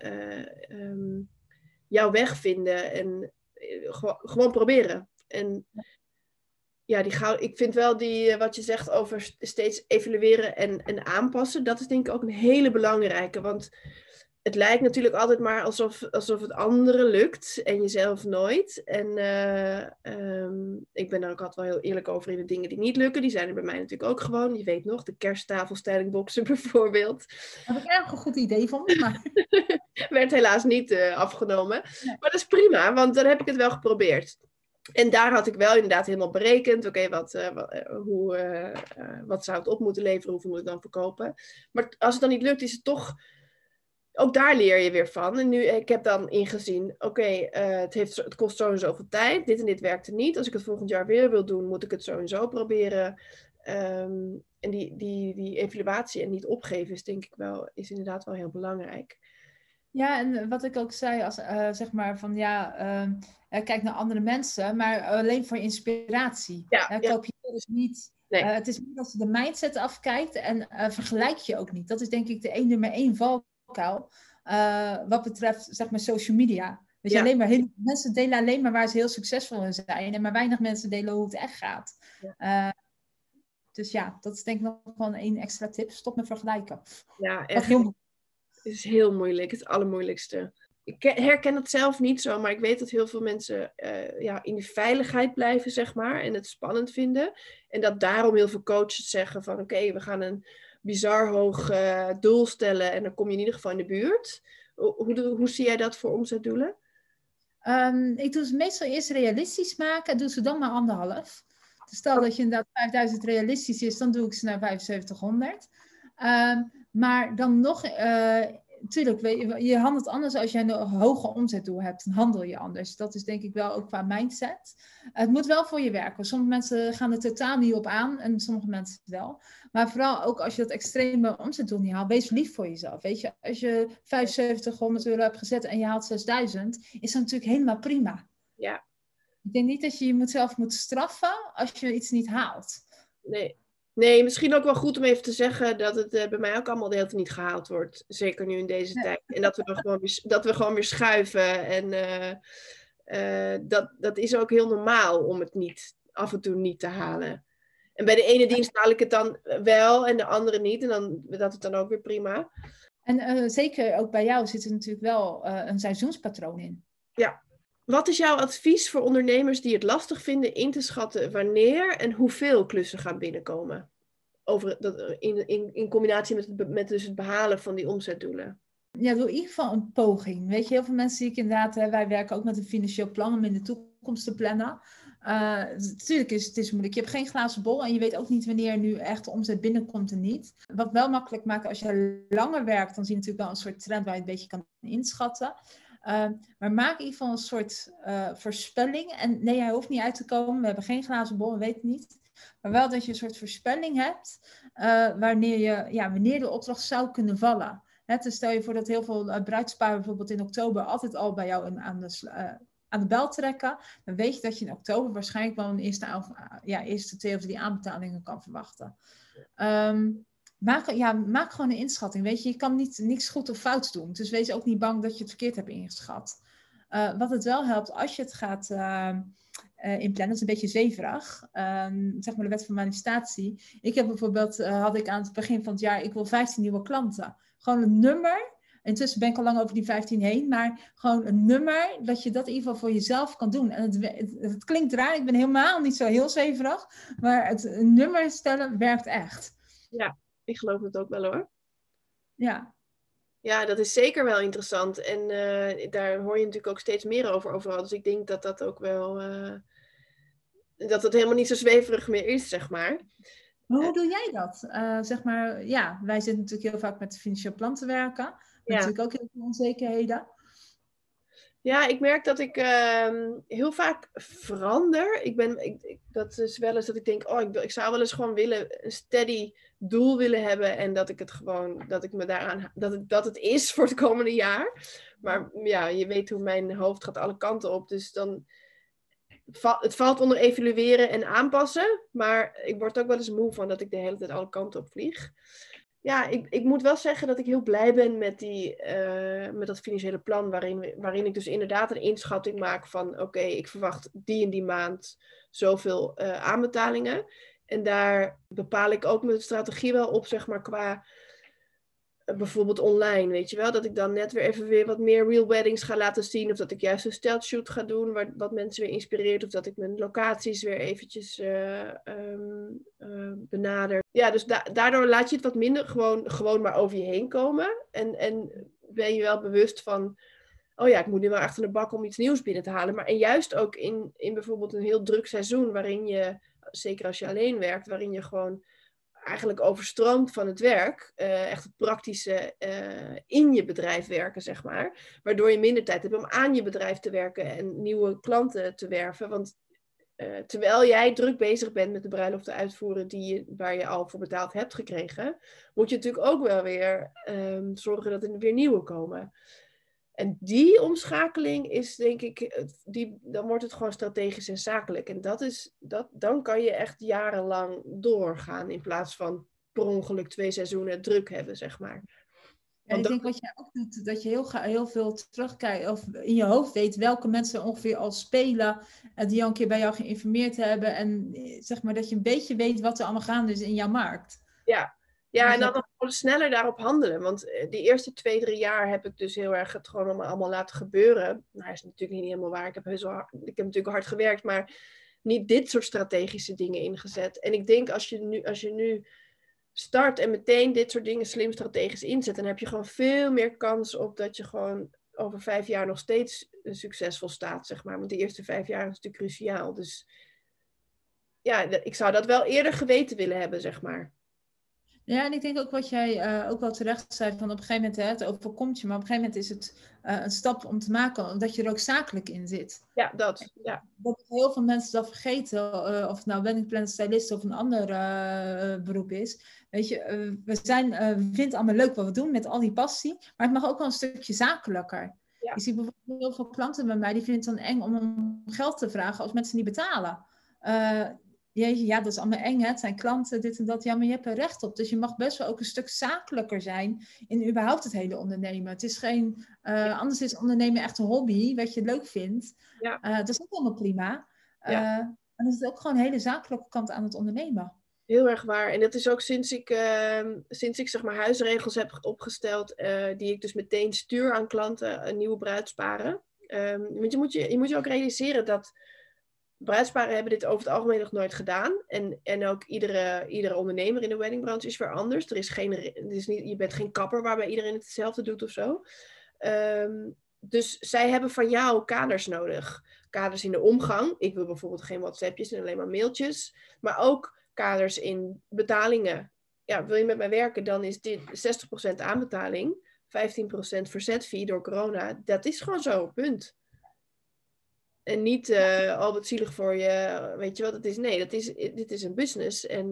jouw weg vinden en gewoon proberen. En ja, ik vind wel wat je zegt over steeds evalueren en aanpassen, dat is denk ik ook een hele belangrijke. Want het lijkt natuurlijk altijd maar alsof het anderen lukt en jezelf nooit. En ik ben daar ook altijd wel heel eerlijk over in de dingen die niet lukken. Die zijn er bij mij natuurlijk ook gewoon. Je weet nog, de kersttafelstylingboxen bijvoorbeeld. Daar heb ik erg een goed idee van. Maar... Werd helaas niet afgenomen. Nee. Maar dat is prima, want dan heb ik het wel geprobeerd. En daar had ik wel inderdaad helemaal berekend. Oké, wat zou het op moeten leveren? Hoeveel moet ik dan verkopen? Maar als het dan niet lukt, is het toch... Ook daar leer je weer van. En nu, ik heb dan ingezien... Oké, het kost zo en zoveel tijd. Dit en dit werkte niet. Als ik het volgend jaar weer wil doen, moet ik het zo en zo proberen. En die evaluatie en niet opgeven is inderdaad wel heel belangrijk. Ja, en wat ik ook zei, als zeg maar van kijk naar andere mensen, maar alleen voor inspiratie. Koop je dus niet. Nee. Het is niet dat je de mindset afkijkt en vergelijk je ook niet. Dat is denk ik de nummer 1 valkuil wat betreft zeg maar social media. Dus mensen delen alleen maar waar ze heel succesvol in zijn en maar weinig mensen delen hoe het echt gaat. Ja. Dus ja, dat is denk ik nog wel 1 extra tip. Stop met vergelijken. Ja, echt. Het is heel moeilijk, het allermoeilijkste. Ik herken het zelf niet zo, maar ik weet dat heel veel mensen in die veiligheid blijven, zeg maar, en het spannend vinden. En dat daarom heel veel coaches zeggen van oké, we gaan een bizar hoog doel stellen en dan kom je in ieder geval in de buurt. Hoe zie jij dat voor omzetdoelen? Ik doe ze meestal eerst realistisch maken en doe ze dan maar 1,5. Dus stel dat je inderdaad 5000 realistisch is, dan doe ik ze naar 7500. Maar dan nog, natuurlijk, je handelt anders als je een hoge omzetdoel hebt. Dan handel je anders. Dat is denk ik wel ook qua mindset. Het moet wel voor je werken. Sommige mensen gaan er totaal niet op aan en sommige mensen wel. Maar vooral ook als je dat extreme omzetdoel niet haalt, wees lief voor jezelf. Weet je, als je 7500 euro hebt gezet en je haalt 6000, is dat natuurlijk helemaal prima. Ja. Ik denk niet dat je jezelf moet straffen als je iets niet haalt. Nee, misschien ook wel goed om even te zeggen dat het bij mij ook allemaal de hele tijd niet gehaald wordt. Zeker nu in deze tijd. En dat we gewoon weer schuiven. En dat is ook heel normaal om het af en toe niet te halen. En bij de ene dienst haal ik het dan wel en de andere niet. En dat is dan ook weer prima. En zeker ook bij jou zit er natuurlijk wel een seizoenspatroon in. Ja. Wat is jouw advies voor ondernemers die het lastig vinden in te schatten wanneer en hoeveel klussen gaan binnenkomen? In combinatie met dus het behalen van die omzetdoelen. Ja, doe in ieder geval een poging. Weet je, heel veel mensen zie ik inderdaad, wij werken ook met een financieel plan om in de toekomst te plannen. Natuurlijk is het moeilijk. Je hebt geen glazen bol en je weet ook niet wanneer nu echt de omzet binnenkomt en niet. Wat wel makkelijk maakt, als je langer werkt, dan zie je natuurlijk wel een soort trend waar je een beetje kan inschatten. Maar maak in ieder geval een soort voorspelling. En nee, hij hoeft niet uit te komen. We hebben geen glazen bol, we weten het niet. Maar wel dat je een soort voorspelling hebt wanneer de opdracht zou kunnen vallen. Dus stel je voor dat heel veel bruidsparen bijvoorbeeld in oktober altijd al bij jou aan de bel trekken. Dan weet je dat je in oktober waarschijnlijk wel een eerste 2 of 3 aanbetalingen kan verwachten. Maak gewoon een inschatting. Weet je kan niks goed of fout doen. Dus wees ook niet bang dat je het verkeerd hebt ingeschat. Wat het wel helpt als je het gaat inplannen, dat is een beetje zweverig. Zeg maar de wet van manifestatie. Ik heb bijvoorbeeld, had ik aan het begin van het jaar, ik wil 15 nieuwe klanten. Gewoon een nummer. Intussen ben ik al lang over die 15 heen. Maar gewoon een nummer, dat je dat in ieder geval voor jezelf kan doen. En het klinkt raar, ik ben helemaal niet zo heel zweverig. Maar het nummer stellen werkt echt. Ja, ik geloof het ook wel hoor. Ja. Ja, dat is zeker wel interessant. En daar hoor je natuurlijk ook steeds meer over overal. Dus ik denk dat dat ook wel... dat het helemaal niet zo zweverig meer is, zeg maar. Maar hoe doe jij dat? Zeg maar, ja, wij zitten natuurlijk heel vaak met de financieel plan te werken. Ja. Natuurlijk ook heel veel onzekerheden. Ja, ik merk dat ik heel vaak verander. Dat is wel eens dat ik denk, ik zou wel eens gewoon een steady doel willen hebben. En dat ik het gewoon, dat ik me daaraan, dat het is voor het komende jaar. Maar ja, je weet hoe mijn hoofd gaat alle kanten op. Dus dan, het valt onder evalueren en aanpassen. Maar ik word ook wel eens moe van dat ik de hele tijd alle kanten op vlieg. Ja, ik moet wel zeggen dat ik heel blij ben met dat financiële plan, waarin ik dus inderdaad een inschatting maak van oké, ik verwacht die en die maand zoveel aanbetalingen. En daar bepaal ik ook mijn strategie wel op, zeg maar, qua bijvoorbeeld online, weet je wel. Dat ik dan net weer wat meer real weddings ga laten zien. Of dat ik juist een steltshoot ga doen, wat mensen weer inspireert. Of dat ik mijn locaties weer eventjes benader. Ja, dus daardoor laat je het wat minder gewoon maar over je heen komen. En ben je wel bewust van... oh ja, ik moet nu wel achter de bak om iets nieuws binnen te halen. Maar en juist ook in bijvoorbeeld een heel druk seizoen... waarin je, zeker als je alleen werkt... waarin je gewoon eigenlijk overstroomt van het werk. Echt het praktische in je bedrijf werken, zeg maar. Waardoor je minder tijd hebt om aan je bedrijf te werken en nieuwe klanten te werven. Want terwijl jij druk bezig bent met de bruiloften uitvoeren waar je al voor betaald hebt gekregen, moet je natuurlijk ook wel weer zorgen dat er weer nieuwe komen. En die omschakeling is, denk ik, dan wordt het gewoon strategisch en zakelijk. En dan kan je echt jarenlang doorgaan in plaats van per ongeluk 2 seizoenen druk hebben, zeg maar. En ik denk wat jij ook doet, dat je heel veel terugkijkt, of in je hoofd weet welke mensen ongeveer al spelen, die al een keer bij jou geïnformeerd hebben. En zeg maar dat je een beetje weet wat er allemaal gaande is in jouw markt. Ja, en dan nog gewoon sneller daarop handelen. Want die eerste 2-3 jaar heb ik dus heel erg het gewoon allemaal laten gebeuren. Nou, dat is natuurlijk niet helemaal waar. Ik heb natuurlijk hard gewerkt, maar niet dit soort strategische dingen ingezet. En ik denk als je nu start en meteen dit soort dingen slim strategisch inzet, dan heb je gewoon veel meer kans op dat je gewoon over 5 jaar nog steeds succesvol staat, zeg maar. Want de eerste 5 jaar is natuurlijk cruciaal. Dus ja, ik zou dat wel eerder geweten willen hebben, zeg maar. Ja, en ik denk ook wat jij ook wel terecht zei, van op een gegeven moment, het overkomt je, maar op een gegeven moment is het een stap om te maken, omdat je er ook zakelijk in zit. Ja, dat. Ja. Dat heel veel mensen dat vergeten, of het nou wedding planner, stylist of een ander beroep is. Weet je, we vinden het allemaal leuk wat we doen met al die passie, maar het mag ook wel een stukje zakelijker. Ja. Je ziet bijvoorbeeld heel veel klanten bij mij, die vinden het dan eng om geld te vragen als mensen niet betalen. Jeetje, ja, dat is allemaal eng, hè? Het zijn klanten, dit en dat. Ja, maar je hebt er recht op. Dus je mag best wel ook een stuk zakelijker zijn in überhaupt het hele ondernemen. Het is geen... anders is ondernemen echt een hobby, wat je leuk vindt. Ja. Dat is ook allemaal prima. En dan is het ook gewoon een hele zakelijke kant aan het ondernemen. Heel erg waar. En dat is ook sinds ik zeg maar huisregels heb opgesteld, die ik dus meteen stuur aan klanten, nieuwe bruidsparen. Want je moet je ook realiseren dat bruidsparen hebben dit over het algemeen nog nooit gedaan. En ook iedere ondernemer in de weddingbranche is weer anders. Je bent geen kapper waarbij iedereen het hetzelfde doet of zo. Dus zij hebben van jou kaders nodig. Kaders in de omgang. Ik wil bijvoorbeeld geen WhatsAppjes en alleen maar mailtjes. Maar ook kaders in betalingen. Ja, wil je met mij werken, dan is dit 60% aanbetaling. 15% verzetfee door corona. Dat is gewoon zo, punt. En niet, wat zielig voor je, weet je wat het is. Nee, dit is een business. En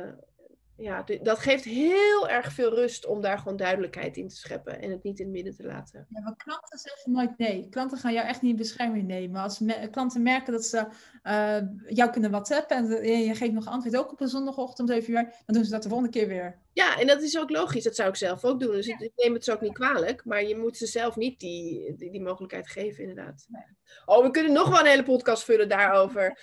dat geeft heel erg veel rust om daar gewoon duidelijkheid in te scheppen. En het niet in het midden te laten. Ja, maar klanten zeggen nooit nee. Klanten gaan jou echt niet in bescherming nemen. Als klanten merken dat ze jou kunnen WhatsAppen en je geeft nog antwoord ook op een zondagochtend 7 uur, dan doen ze dat de volgende keer weer. Ja, en dat is ook logisch. Dat zou ik zelf ook doen. Dus ik neem het ze ook niet kwalijk. Maar je moet ze zelf niet die mogelijkheid geven, inderdaad. Nee. Oh, we kunnen nog wel een hele podcast vullen daarover.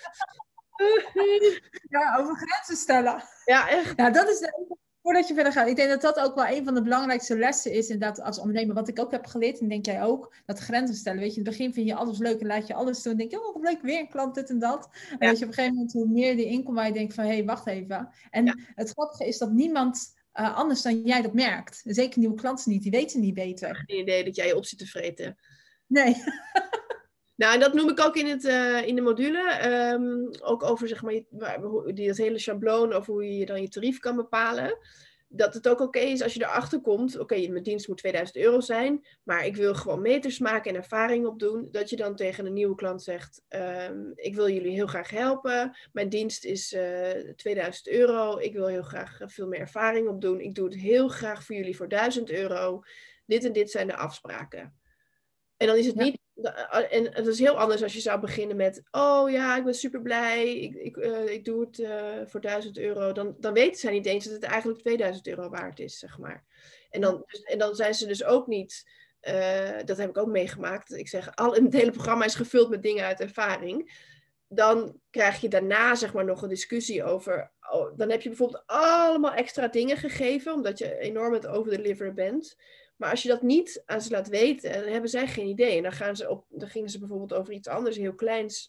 Ja, over grenzen stellen. Ja, echt. Ja, dat is voordat je verder gaat. Ik denk dat dat ook wel een van de belangrijkste lessen is, inderdaad, als ondernemer. Wat ik ook heb geleerd, en denk jij ook, dat grenzen stellen. Weet je, in het begin vind je alles leuk en laat je alles doen. En denk je, oh, wat leuk, weer een klant, dit en dat. En weet je, op een gegeven moment, hoe meer die inkomt, waar je denkt van, hé, wacht even. En het grappige is dat niemand anders dan jij dat merkt. Zeker nieuwe klanten niet, die weten niet beter. Geen idee dat jij je op zit te vreten. Nee. Nou, en dat noem ik ook in de module. Ook over zeg maar, dat hele schabloon over hoe je dan je tarief kan bepalen. Dat het ook oké is als je erachter komt. Oké, mijn dienst moet €2000 zijn. Maar ik wil gewoon meters maken en ervaring opdoen. Dat je dan tegen een nieuwe klant zegt. Ik wil jullie heel graag helpen. Mijn dienst is €2000. Ik wil heel graag veel meer ervaring opdoen. Ik doe het heel graag voor jullie voor €1000. Dit en dit zijn de afspraken. En dan is het niet... En het is heel anders als je zou beginnen met... Oh ja, ik ben super blij. Ik doe het voor €1000. Dan weten zij niet eens dat het eigenlijk €2000 waard is, zeg maar. En dan zijn ze dus ook niet... dat heb ik ook meegemaakt. Ik zeg, het hele programma is gevuld met dingen uit ervaring. Dan krijg je daarna zeg maar nog een discussie over... dan heb je bijvoorbeeld allemaal extra dingen gegeven... omdat je enorm aan het overdeliveren bent... Maar als je dat niet aan ze laat weten, dan hebben zij geen idee. En dan gingen ze bijvoorbeeld over iets anders, heel kleins,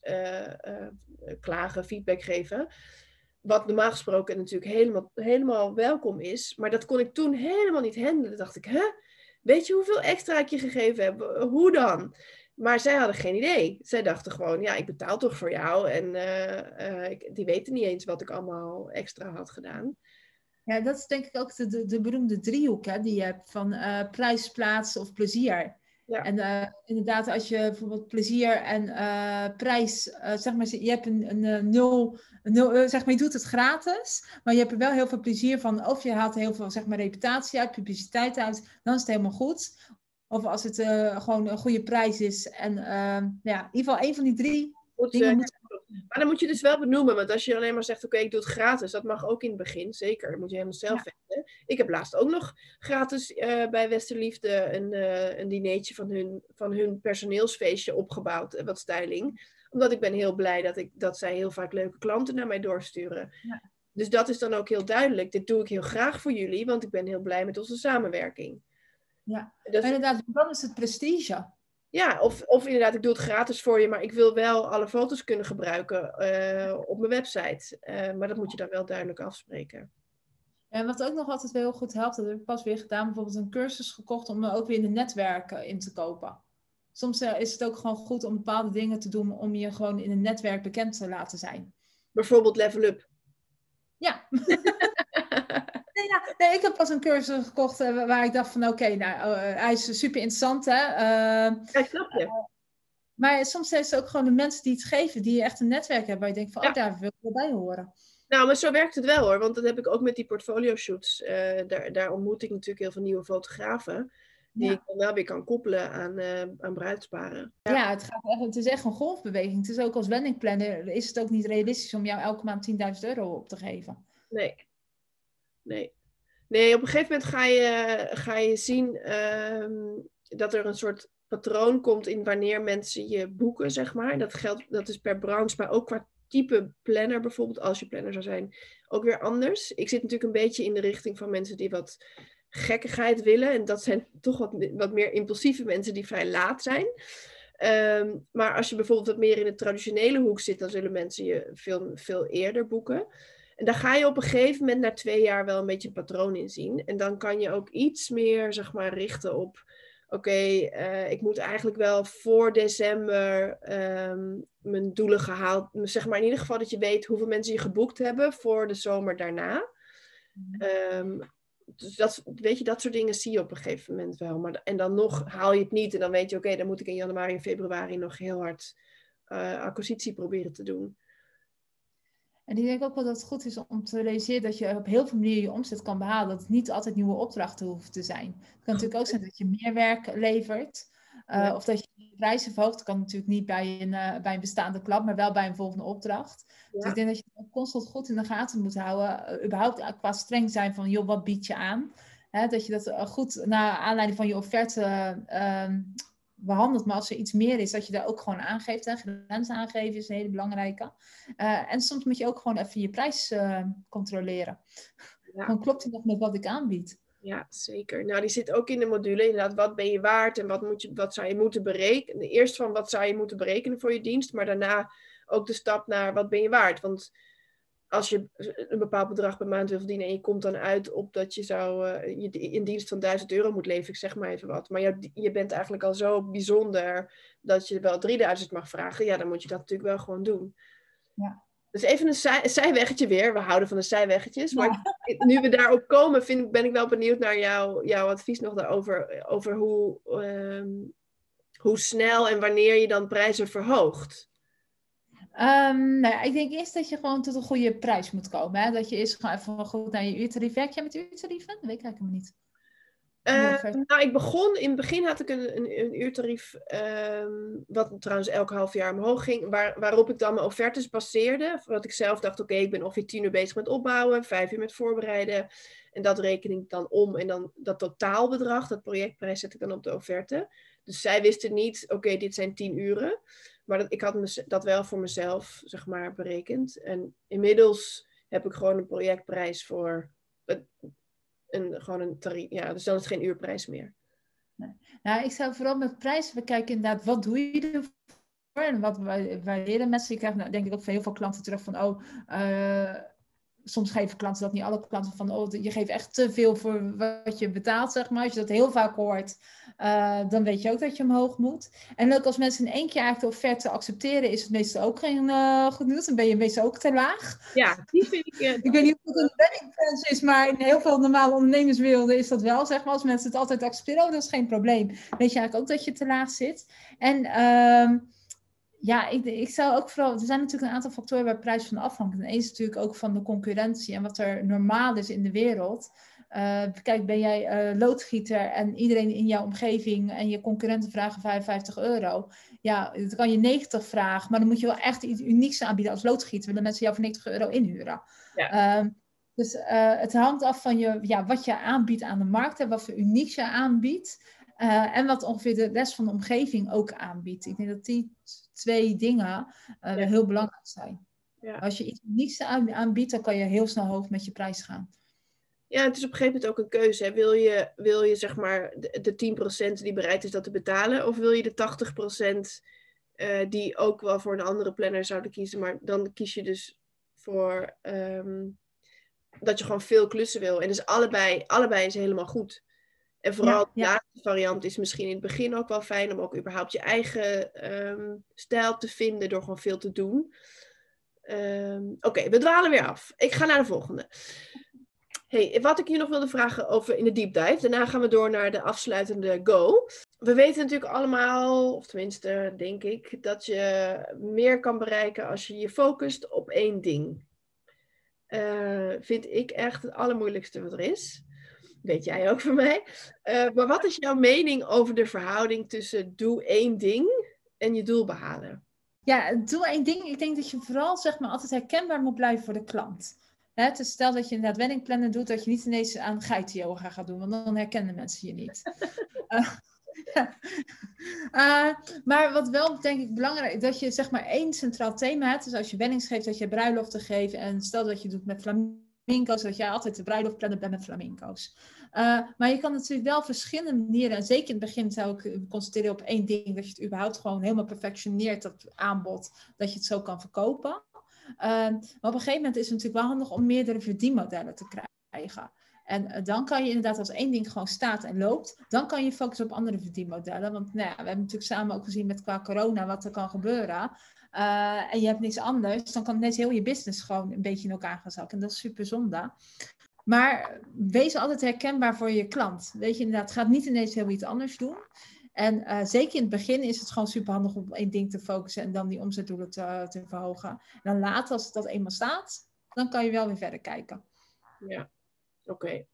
klagen, feedback geven. Wat normaal gesproken natuurlijk helemaal welkom is. Maar dat kon ik toen helemaal niet handelen. Dan dacht ik, weet je hoeveel extra ik je gegeven heb? Hoe dan? Maar zij hadden geen idee. Zij dachten gewoon, ja, ik betaal toch voor jou. En die weten niet eens wat ik allemaal extra had gedaan. Ja, dat is denk ik ook de beroemde driehoek hè, die je hebt van prijs, plaats of plezier. Ja. En inderdaad, als je bijvoorbeeld plezier en prijs, zeg maar, je hebt een nul, zeg maar, je doet het gratis, maar je hebt er wel heel veel plezier van. Of je haalt heel veel, zeg maar, reputatie uit, publiciteit uit, dan is het helemaal goed. Of als het gewoon een goede prijs is. En ja, in ieder geval één van die drie dingen moet... Maar dan moet je dus wel benoemen, want als je alleen maar zegt, oké, ik doe het gratis, dat mag ook in het begin, zeker. Dat moet je helemaal zelf weten. Ik heb laatst ook nog gratis bij Westerliefde een dinertje van hun personeelsfeestje opgebouwd, wat styling. Omdat ik ben heel blij dat zij heel vaak leuke klanten naar mij doorsturen. Ja. Dus dat is dan ook heel duidelijk. Dit doe ik heel graag voor jullie, want ik ben heel blij met onze samenwerking. Ja, dus... inderdaad, dan is het prestige. Ja, of inderdaad, ik doe het gratis voor je, maar ik wil wel alle foto's kunnen gebruiken op mijn website. Maar dat moet je dan wel duidelijk afspreken. En wat ook nog altijd wel heel goed helpt, dat heb ik pas weer gedaan, bijvoorbeeld een cursus gekocht om ook weer in de netwerken in te kopen. Soms is het ook gewoon goed om bepaalde dingen te doen om je gewoon in een netwerk bekend te laten zijn. Bijvoorbeeld Level Up. Ja. Nee, ik heb pas een cursus gekocht waar ik dacht van oké, hij is super interessant hè. Ja, snap je. Maar soms zijn het ook gewoon de mensen die het geven, die echt een netwerk hebben waar je denkt van daar wil ik wel bij horen. Nou, maar zo werkt het wel hoor, want dat heb ik ook met die portfolio shoots. Daar ontmoet ik natuurlijk heel veel nieuwe fotografen. Die ik dan wel weer kan koppelen aan bruidsparen. Ja, het is echt een golfbeweging. Het is ook als wedding planner is het ook niet realistisch om jou elke maand €10.000 op te geven. Nee, op een gegeven moment ga je zien dat er een soort patroon komt in wanneer mensen je boeken, zeg maar. Dat is per branche, maar ook qua type planner bijvoorbeeld, als je planner zou zijn, ook weer anders. Ik zit natuurlijk een beetje in de richting van mensen die wat gekkigheid willen. En dat zijn toch wat meer impulsieve mensen die vrij laat zijn. Maar als je bijvoorbeeld wat meer in de traditionele hoek zit, dan zullen mensen je veel eerder boeken. En daar ga je op een gegeven moment na 2 jaar wel een beetje een patroon in zien. En dan kan je ook iets meer, zeg maar, richten op... Oké, ik moet eigenlijk wel voor december mijn doelen gehaald... Zeg maar in ieder geval dat je weet hoeveel mensen je geboekt hebben voor de zomer daarna. Dus dat soort dingen zie je op een gegeven moment wel. En dan nog haal je het niet. En dan weet je, oké, dan moet ik in januari en februari nog heel hard acquisitie proberen te doen. En ik denk ook wel dat het goed is om te realiseren dat je op heel veel manieren je omzet kan behalen. Dat het niet altijd nieuwe opdrachten hoeft te zijn. Het kan natuurlijk ook zijn dat je meer werk levert. Of dat je prijzen verhoogt. Dat kan natuurlijk niet bij een bestaande klant, maar wel bij een volgende opdracht. Ja. Dus ik denk dat je het constant goed in de gaten moet houden. Überhaupt qua streng zijn van, joh, wat bied je aan? Dat je dat goed naar aanleiding van je offerte behandeld, maar als er iets meer is, dat je daar ook gewoon aangeeft. Grenzen aangeven is een hele belangrijke. En soms moet je ook gewoon even je prijs controleren. Ja. Dan klopt het nog met wat ik aanbied. Ja, zeker. Nou, die zit ook in de module. Inderdaad, wat ben je waard en wat zou je moeten berekenen? Eerst van wat zou je moeten berekenen voor je dienst, maar daarna ook de stap naar wat ben je waard? Want als je een bepaald bedrag per maand wil verdienen en je komt dan uit op dat je je in dienst van €1000 moet leven, ik zeg maar even wat. Maar je bent eigenlijk al zo bijzonder dat je wel 3000 mag vragen. Ja, dan moet je dat natuurlijk wel gewoon doen. Ja. Dus even een zijweggetje weer. We houden van de zijweggetjes. Ja. Maar nu we daarop komen, ben ik wel benieuwd naar jouw advies nog daarover. Over hoe snel en wanneer je dan prijzen verhoogt. Nou ja, ik denk eerst dat je gewoon tot een goede prijs moet komen. Hè? Dat je eerst gewoon even goed naar je uurtarief. Werk jij met uurtarieven? Dat weet ik eigenlijk helemaal niet. In het begin had ik een uurtarief, wat trouwens elk half jaar omhoog ging, waarop ik dan mijn offertes baseerde. Wat ik zelf dacht, oké, ik ben ongeveer 10 uur bezig met opbouwen, 5 uur met voorbereiden. En dat reken ik dan om. En dan dat totaalbedrag, dat projectprijs, zet ik dan op de offerte. Dus zij wisten niet, oké, dit zijn 10 uren. Maar ik had dat wel voor mezelf, zeg maar, berekend. En inmiddels heb ik gewoon een projectprijs voor gewoon een tarief. Ja, dus dan is het geen uurprijs meer. Nee. Nou, ik zou vooral met prijzen bekijken inderdaad, wat doe je ervoor? En wat waarderen mensen? Ik krijg denk ik ook van heel veel klanten terug van, soms geven klanten dat, niet alle klanten, van je geeft echt te veel voor wat je betaalt, zeg maar. Als je dat heel vaak hoort, dan weet je ook dat je omhoog moet. En ook als mensen in één keer eigenlijk de offerte accepteren, is het meestal ook geen goed nieuws. Dan ben je meestal ook te laag. Ja, die vind ik... Ik weet niet of het een weddingplans is, maar in heel veel normale ondernemerswerelden is dat wel, zeg maar. Als mensen het altijd accepteren, dat is geen probleem. Weet je eigenlijk ook dat je te laag zit. En ja, ik zou ook vooral... Er zijn natuurlijk een aantal factoren waar prijs van afhangt. En één is natuurlijk ook van de concurrentie en wat er normaal is in de wereld. Kijk, ben jij loodgieter en iedereen in jouw omgeving en je concurrenten vragen €55. Ja, dan kan je 90 vragen, maar dan moet je wel echt iets unieks aanbieden als loodgieter. Willen mensen jou voor €90 inhuren. Ja. Dus het hangt af van wat je aanbiedt aan de markt en wat voor unieks je aanbiedt. En wat ongeveer de rest van de omgeving ook aanbiedt. Ik denk dat die 2 dingen heel belangrijk zijn. Ja. Als je iets unieks aanbiedt, dan kan je heel snel hoog met je prijs gaan. Ja, het is op een gegeven moment ook een keuze. Hè. Wil je zeg maar de 10% die bereid is dat te betalen? Of wil je de 80% die ook wel voor een andere planner zouden kiezen? Maar dan kies je dus voor dat je gewoon veel klussen wil. En dus allebei is helemaal goed. En vooral de laatste variant is misschien in het begin ook wel fijn om ook überhaupt je eigen stijl te vinden door gewoon veel te doen. Oké, we dwalen weer af. Ik ga naar de volgende. Hey, wat ik je nog wilde vragen over in de deep dive. Daarna gaan we door naar de afsluitende go. We weten natuurlijk allemaal, of tenminste denk ik, dat je meer kan bereiken als je je focust op één ding. Vind ik echt het allermoeilijkste wat er is. Weet jij ook van mij. Maar wat is jouw mening over de verhouding tussen doe één ding en je doel behalen? Ja, doe één ding. Ik denk dat je vooral zeg maar altijd herkenbaar moet blijven voor de klant. Dus stel dat je inderdaad weddingplannen doet, dat je niet ineens aan geitenyoga gaat doen, want dan herkennen mensen je niet. Maar wat wel denk ik belangrijk is, dat je zeg maar één centraal thema hebt. Dus als je weddings geeft, dat je bruiloften geeft. En stel dat je doet met flamenco's, dat jij altijd de bruiloftplanner bent met flamenco's. Maar je kan natuurlijk wel verschillende manieren, en zeker in het begin zou ik concentreren op één ding, dat je het überhaupt gewoon helemaal perfectioneert, dat aanbod, dat je het zo kan verkopen. Maar op een gegeven moment is het natuurlijk wel handig om meerdere verdienmodellen te krijgen. En dan kan je inderdaad als één ding gewoon staat en loopt, dan kan je focussen op andere verdienmodellen. Want we hebben natuurlijk samen ook gezien met qua corona wat er kan gebeuren. En je hebt niks anders, dan kan net heel je business gewoon een beetje in elkaar gaan zakken. En dat is super zonde. Maar wees altijd herkenbaar voor je klant. Weet je inderdaad, ga niet ineens heel iets anders doen. En zeker in het begin is het gewoon super handig om op één ding te focussen en dan die omzetdoelen te verhogen. En dan later, als dat eenmaal staat, dan kan je wel weer verder kijken. Ja, oké.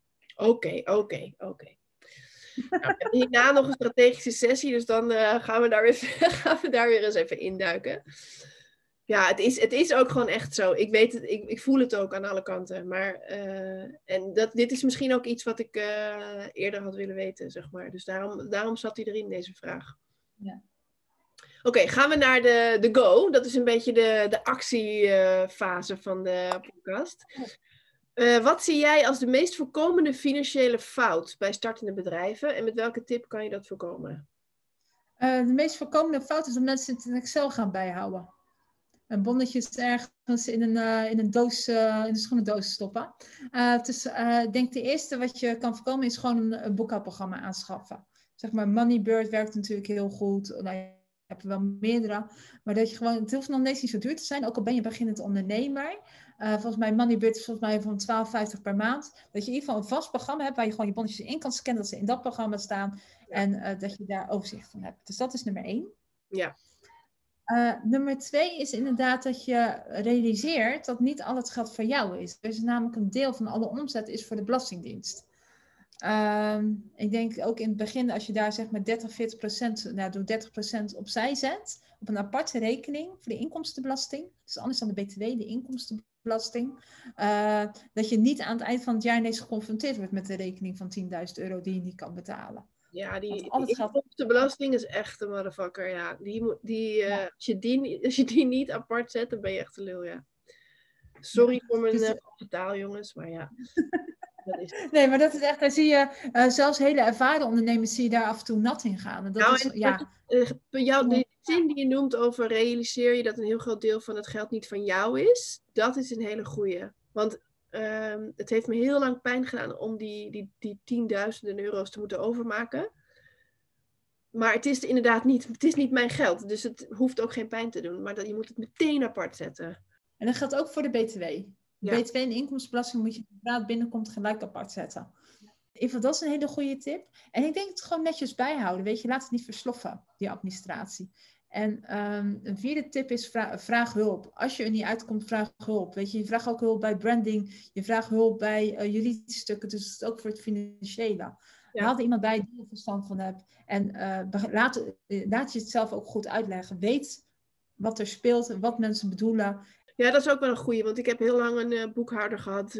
Nou, en hierna nog een strategische sessie, dus dan gaan we daar weer eens even induiken. Ja, het is ook gewoon echt zo. Ik weet het, ik voel het ook aan alle kanten. Maar dit is misschien ook iets wat ik eerder had willen weten, zeg maar. Dus daarom zat hij erin, deze vraag. Ja. Oké, gaan we naar de go. Dat is een beetje de actiefase van de podcast. Wat zie jij als de meest voorkomende financiële fout bij startende bedrijven? En met welke tip kan je dat voorkomen? De meest voorkomende fout is dat mensen het in Excel gaan bijhouden. een bonnetjes ergens in een doos, in een schoenendoos stoppen. Ik denk de eerste wat je kan voorkomen is gewoon een boekhoudprogramma aanschaffen. Zeg maar Moneybird werkt natuurlijk heel goed. Nou, je hebt er wel meerdere. Maar dat je gewoon, het hoeft nog niet zo duur te zijn, ook al ben je beginnend ondernemer. Volgens mij Moneybird is volgens mij van 12,50 per maand. Dat je in ieder geval een vast programma hebt waar je gewoon je bonnetjes in kan scannen, dat ze in dat programma staan. Ja. En dat je daar overzicht van hebt. Dus dat is nummer 1. Ja. Nummer 2 is inderdaad dat je realiseert dat niet al het geld voor jou is. Er is namelijk een deel van alle omzet is voor de Belastingdienst. Ik denk ook in het begin, als je daar zeg maar 30-40%, nou doe 30% opzij zet, op een aparte rekening voor de inkomstenbelasting. Dus anders dan de BTW, de inkomstenbelasting. Dat je niet aan het eind van het jaar ineens geconfronteerd wordt met de rekening van €10.000 die je niet kan betalen. Ja, die inkomstenbelasting is echt een motherfucker. Ja. Als je die niet apart zet, dan ben je echt een lul, ja. Sorry voor mijn taal, jongens, maar ja. Nee, maar dat is echt, daar zie je, zelfs hele ervaren ondernemers zie je daar af en toe nat in gaan. En dat de zin die je noemt over realiseer je dat een heel groot deel van het geld niet van jou is, dat is een hele goeie. Want het heeft me heel lang pijn gedaan om die tienduizenden euro's te moeten overmaken. Maar het is inderdaad niet mijn geld. Dus het hoeft ook geen pijn te doen. Maar je moet het meteen apart zetten. En dat geldt ook voor de BTW. Ja. BTW en inkomstenbelasting moet je zodra het binnenkomt gelijk apart zetten. Even, dat is een hele goede tip. En ik denk het gewoon netjes bijhouden. Weet je, laat het niet versloffen, die administratie. En een vierde tip is vraag hulp. Als je er niet uitkomt, vraag hulp. Weet je vraagt ook hulp bij branding. Je vraagt hulp bij juridische stukken. Dus het is ook voor het financiële. Ja. Haal er iemand bij die er verstand van hebt. En laat je het zelf ook goed uitleggen. Weet wat er speelt, wat mensen bedoelen. Ja, dat is ook wel een goeie, want ik heb heel lang een boekhouder gehad,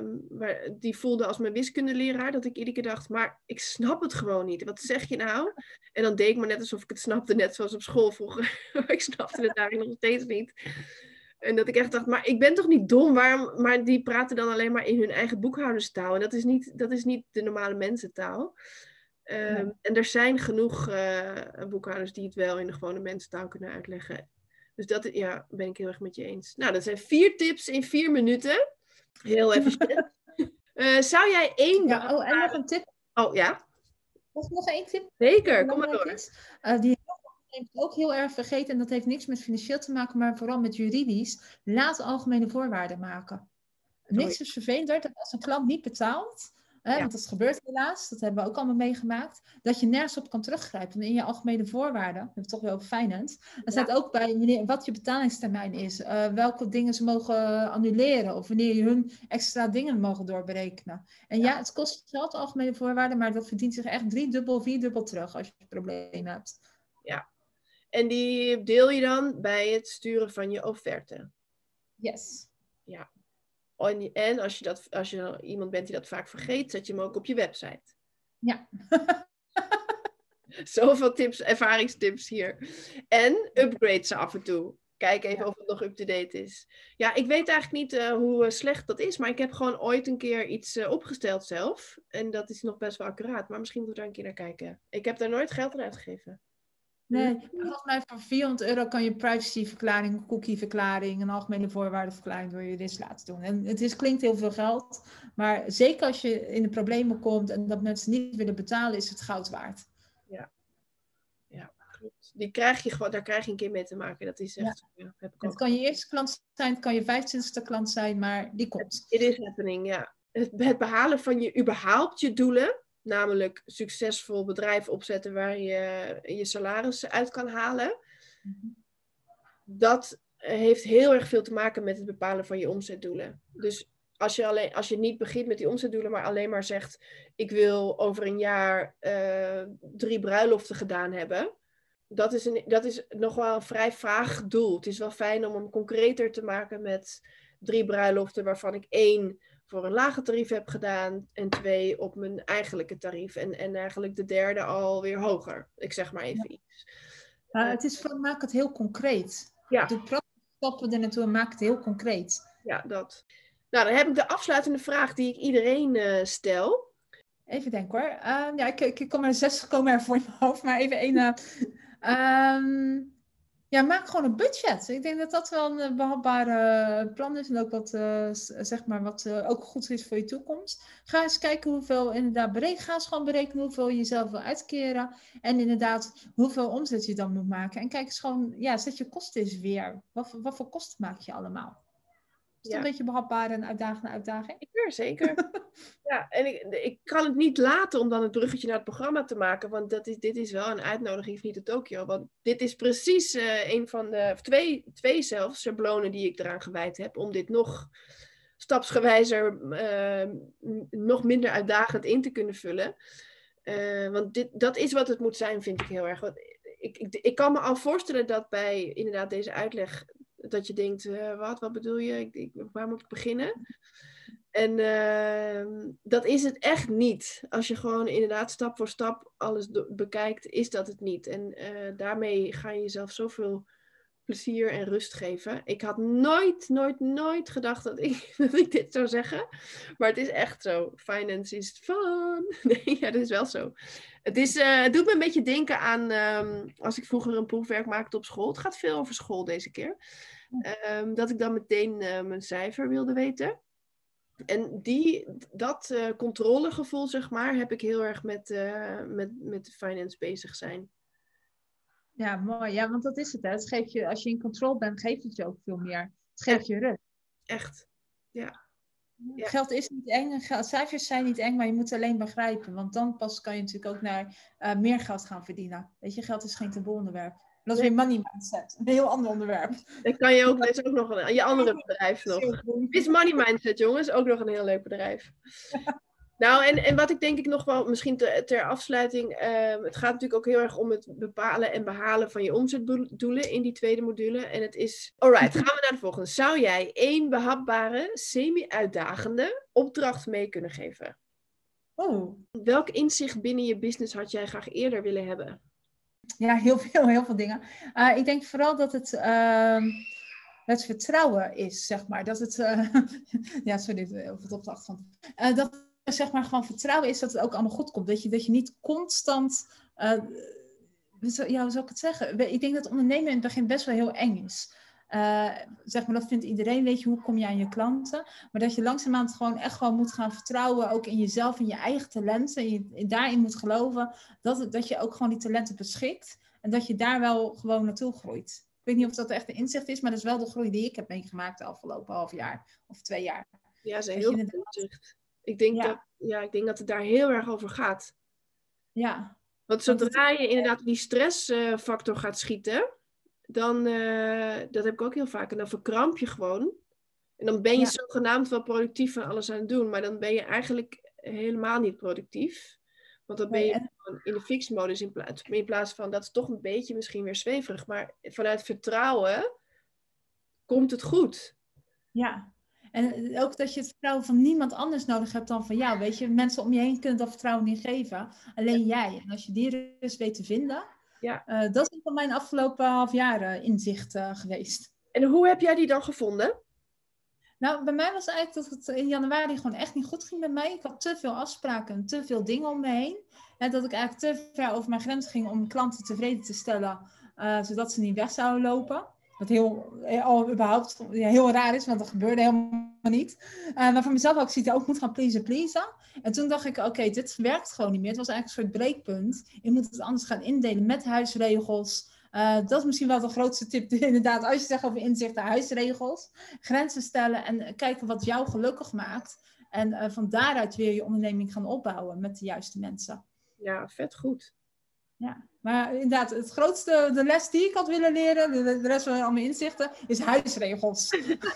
die voelde als mijn wiskundeleraar, dat ik iedere keer dacht, maar ik snap het gewoon niet. Wat zeg je nou? En dan deed ik maar net alsof ik het snapte, net zoals op school vroeger. Ik snapte het eigenlijk nog steeds niet. En dat ik echt dacht, maar ik ben toch niet dom? Waarom? Maar die praten dan alleen maar in hun eigen boekhouderstaal. En dat is niet de normale mensentaal. En er zijn genoeg boekhouders die het wel in de gewone mensentaal kunnen uitleggen. Dus dat ben ik heel erg met je eens. Nou, dat zijn 4 tips in 4 minuten. Heel efficiënt. Zou jij één... Ja, en nog een tip. Oh, ja? Nog één tip? Zeker, kom maar door. Die heeft ook heel erg vergeten, en dat heeft niks met financieel te maken, maar vooral met juridisch. Laat algemene voorwaarden maken. Niks is vervelender dan als een klant niet betaalt. Want dat gebeurt helaas, dat hebben we ook allemaal meegemaakt, dat je nergens op kan teruggrijpen. In je algemene voorwaarden, we hebben het toch wel over finance, er staat ook bij wat je betalingstermijn is, welke dingen ze mogen annuleren, of wanneer je hun extra dingen mogen doorberekenen. En het kost geld, algemene voorwaarden, maar dat verdient zich echt 3-dubbel, 4-dubbel terug als je problemen hebt. Ja, en die deel je dan bij het sturen van je offerte? Yes. Ja. En als je iemand bent die dat vaak vergeet, zet je hem ook op je website. Ja. Zoveel tips, ervaringstips hier. En upgrade ze af en toe. Kijk even of het nog up-to-date is. Ja, ik weet eigenlijk niet hoe slecht dat is, maar ik heb gewoon ooit een keer iets opgesteld zelf. En dat is nog best wel accuraat, maar misschien moeten we daar een keer naar kijken. Ik heb daar nooit geld aan uitgegeven. Nee, volgens mij voor €400 kan je privacyverklaring, een cookieverklaring, een algemene voorwaardenverklaring door je jurist laten doen. En klinkt heel veel geld, maar zeker als je in de problemen komt en dat mensen niet willen betalen, is het goud waard. Ja, klopt. Daar krijg je een keer mee te maken. Dat is echt. Ja, het kan je eerste klant zijn, het kan je 25e klant zijn, maar die komt. It is happening, ja. Het behalen van überhaupt je doelen. Namelijk succesvol bedrijf opzetten waar je salaris uit kan halen. Dat heeft heel erg veel te maken met het bepalen van je omzetdoelen. Dus als je niet begint met die omzetdoelen, maar alleen maar zegt, ik wil over een jaar 3 bruiloften gedaan hebben. Dat is nog wel een vrij vaag doel. Het is wel fijn om hem concreter te maken met 3 bruiloften waarvan ik 1... voor een lager tarief heb gedaan en 2 op mijn eigenlijke tarief. En eigenlijk de derde alweer hoger. Ik zeg maar even iets. Maak het heel concreet. Ja. Doe stappen er naartoe en maak het heel concreet. Ja, dat. Nou, dan heb ik de afsluitende vraag die ik iedereen stel. Even denken hoor. Ik kom er 6 komen er voor in mijn hoofd, maar even één. Ja, maak gewoon een budget. Ik denk dat dat wel een behapbare plan is. En ook wat, zeg maar, wat ook goed is voor je toekomst. Ga eens kijken hoeveel inderdaad berekenen. Ga eens gewoon berekenen hoeveel je zelf wil uitkeren. En inderdaad hoeveel omzet je dan moet maken. En kijk eens gewoon, ja, zet je kosten eens weer. Wat voor kosten maak je allemaal? Is het een beetje behapbare en uitdagende uitdaging? Zeker. Ja, en ik kan het niet laten om dan het bruggetje naar het programma te maken, want dit is wel een uitnodiging van Niet Tokio. Want dit is precies een van de, of twee zelfs, schablonen die ik eraan gewijd heb, om dit nog stapsgewijzer, nog minder uitdagend in te kunnen vullen. Want dat is wat het moet zijn, vind ik heel erg. Want ik kan me al voorstellen dat bij inderdaad deze uitleg, dat je denkt, wat bedoel je? Waar moet ik beginnen? En dat is het echt niet. Als je gewoon inderdaad stap voor stap alles bekijkt, is dat het niet. En daarmee ga je jezelf zoveel plezier en rust geven. Ik had nooit gedacht dat ik dit zou zeggen. Maar het is echt zo. Finance is fun. Nee, ja, dat is wel zo. Het doet me een beetje denken aan als ik vroeger een proefwerk maakte op school. Het gaat veel over school deze keer. Dat ik dan meteen mijn cijfer wilde weten. En dat controlegevoel, zeg maar, heb ik heel erg met finance bezig zijn. Ja, mooi. Ja, want dat is het. Hè. Het geeft je, als je in controle bent, geeft het je ook veel meer. Het geeft je rust. Echt. Ja. Geld is niet eng. Cijfers zijn niet eng, maar je moet het alleen begrijpen. Want dan pas kan je natuurlijk ook naar meer geld gaan verdienen. Weet je, geld is geen taboe-onderwerp. Dat is weer money mindset. Een heel ander onderwerp. Dan kan je ook, is ook nog je andere bedrijf nog. Is money mindset, jongens. Ook nog een heel leuk bedrijf. Nou, en wat ik denk ik nog wel, misschien ter afsluiting. Het gaat natuurlijk ook heel erg om het bepalen en behalen van je omzetdoelen in die tweede module. En het is... Alright, gaan we naar de volgende. Zou jij 1 behapbare, semi-uitdagende opdracht mee kunnen geven? Oh. Welk inzicht binnen je business had jij graag eerder willen hebben? Ja, heel veel dingen. Ik denk vooral dat het vertrouwen is, zeg maar. Dat het... ja, sorry, over het op de achtergrond. Dat zeg maar gewoon vertrouwen is dat het ook allemaal goed komt. Dat je niet constant... hoe zou ik het zeggen? Ik denk dat ondernemen in het begin best wel heel eng is. Zeg maar, dat vindt iedereen, weet je, hoe kom je aan je klanten? Maar dat je langzamerhand gewoon moet gaan vertrouwen, ook in jezelf, in je eigen talenten. En je daarin moet geloven dat je ook gewoon die talenten beschikt. En dat je daar wel gewoon naartoe groeit. Ik weet niet of dat echt een inzicht is, maar dat is wel de groei die ik heb meegemaakt de afgelopen half jaar of 2 jaar. Ja, dat is een heel goed inzicht. Ik denk dat het daar heel erg over gaat. Ja. Want zodra je inderdaad die stressfactor gaat schieten, dan, dat heb ik ook heel vaak, en dan verkramp je gewoon. En dan ben je zogenaamd wel productief van alles aan het doen, maar dan ben je eigenlijk helemaal niet productief. Want dan ben je gewoon in de fixmodus in plaats van, dat is toch een beetje misschien weer zweverig, maar vanuit vertrouwen komt het goed. Ja. En ook dat je het vertrouwen van niemand anders nodig hebt dan van jou. Weet je, mensen om je heen kunnen dat vertrouwen niet geven. Alleen jij. En als je die rust weet te vinden. Dat is van mijn afgelopen half jaar inzicht geweest. En hoe heb jij die dan gevonden? Nou, bij mij was het eigenlijk dat het in januari gewoon echt niet goed ging met mij. Ik had te veel afspraken en te veel dingen om me heen. En dat ik eigenlijk te ver over mijn grens ging om klanten tevreden te stellen. Zodat ze niet weg zouden lopen. Wat überhaupt heel raar is, want dat gebeurde helemaal niet. Maar voor mezelf ook ziet ik ook moet gaan pleasen. En toen dacht ik, oké, dit werkt gewoon niet meer. Het was eigenlijk een soort breekpunt. Je moet het anders gaan indelen met huisregels. Dat is misschien wel de grootste tip, inderdaad. Als je zegt over inzichten, huisregels. Grenzen stellen en kijken wat jou gelukkig maakt. En van daaruit weer je onderneming gaan opbouwen met de juiste mensen. Ja, vet goed. Ja, maar inderdaad, het grootste, de les die ik had willen leren, de rest van al mijn inzichten, is huisregels.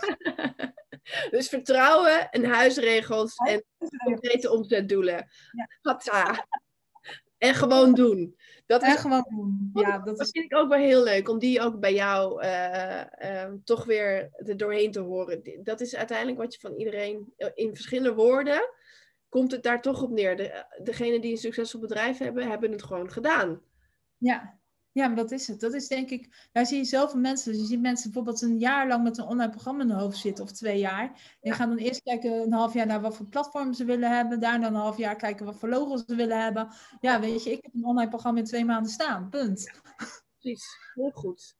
Dus vertrouwen en huisregels en concrete omzetdoelen. Ja. En gewoon doen. Gewoon doen. Ja, dat vind ik ook wel heel leuk, om die ook bij jou toch weer er doorheen te horen. Dat is uiteindelijk wat je van iedereen, in verschillende woorden, komt het daar toch op neer. Degenen die een succesvol bedrijf hebben, hebben het gewoon gedaan. Ja, maar dat is het. Dat is denk ik, daar zie je zoveel mensen. Dus je ziet mensen bijvoorbeeld een jaar lang met een online programma in hun hoofd zitten, of 2 jaar. Die gaan dan eerst kijken een half jaar naar wat voor platform ze willen hebben. Daarna een half jaar kijken wat voor logo's ze willen hebben. Ja, weet je, ik heb een online programma in 2 maanden staan. Punt. Precies, heel goed.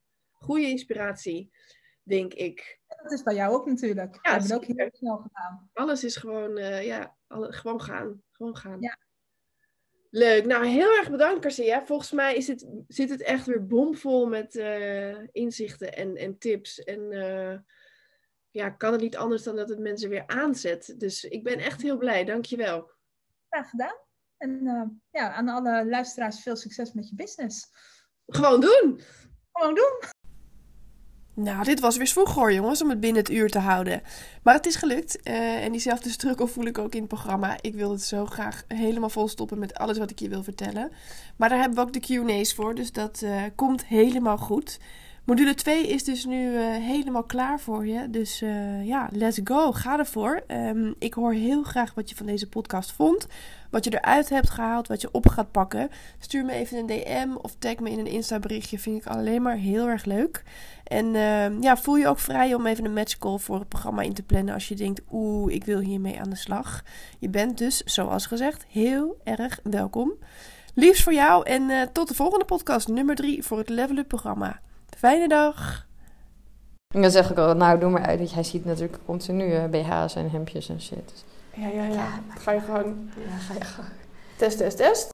goede inspiratie, denk ik. Dat is bij jou ook natuurlijk. Ja, we hebben het ook zeker. heel snel gedaan. Alles is gewoon, gewoon gaan. Gewoon gaan. Ja. Leuk. Nou, heel erg bedankt, Garcia. Volgens mij zit het echt weer bomvol met inzichten en tips. En kan het niet anders dan dat het mensen weer aanzet. Dus ik ben echt heel blij. Dankjewel. Graag gedaan. En aan alle luisteraars veel succes met je business. Gewoon doen! Gewoon doen! Nou, dit was weer vroeg hoor, jongens, om het binnen het uur te houden. Maar het is gelukt. En diezelfde struggle voel ik ook in het programma. Ik wil het zo graag helemaal vol stoppen met alles wat ik je wil vertellen. Maar daar hebben we ook de Q&A's voor, dus dat komt helemaal goed. Module 2 is dus nu helemaal klaar voor je. Dus let's go. Ga ervoor. Ik hoor heel graag wat je van deze podcast vond. Wat je eruit hebt gehaald. Wat je op gaat pakken. Stuur me even een DM of tag me in een Insta berichtje. Vind ik alleen maar heel erg leuk. En voel je ook vrij om even een matchcall voor het programma in te plannen. Als je denkt, ik wil hiermee aan de slag. Je bent dus, zoals gezegd, heel erg welkom. Liefs voor jou en tot de volgende podcast. Nummer 3 voor het Level Up programma. Fijne dag. En dan zeg ik al, nou doe maar uit. Want hij ziet natuurlijk continu BH's en hemdjes en shit. Dus, Ja. Ga je gang. ja, ga je gang. Test.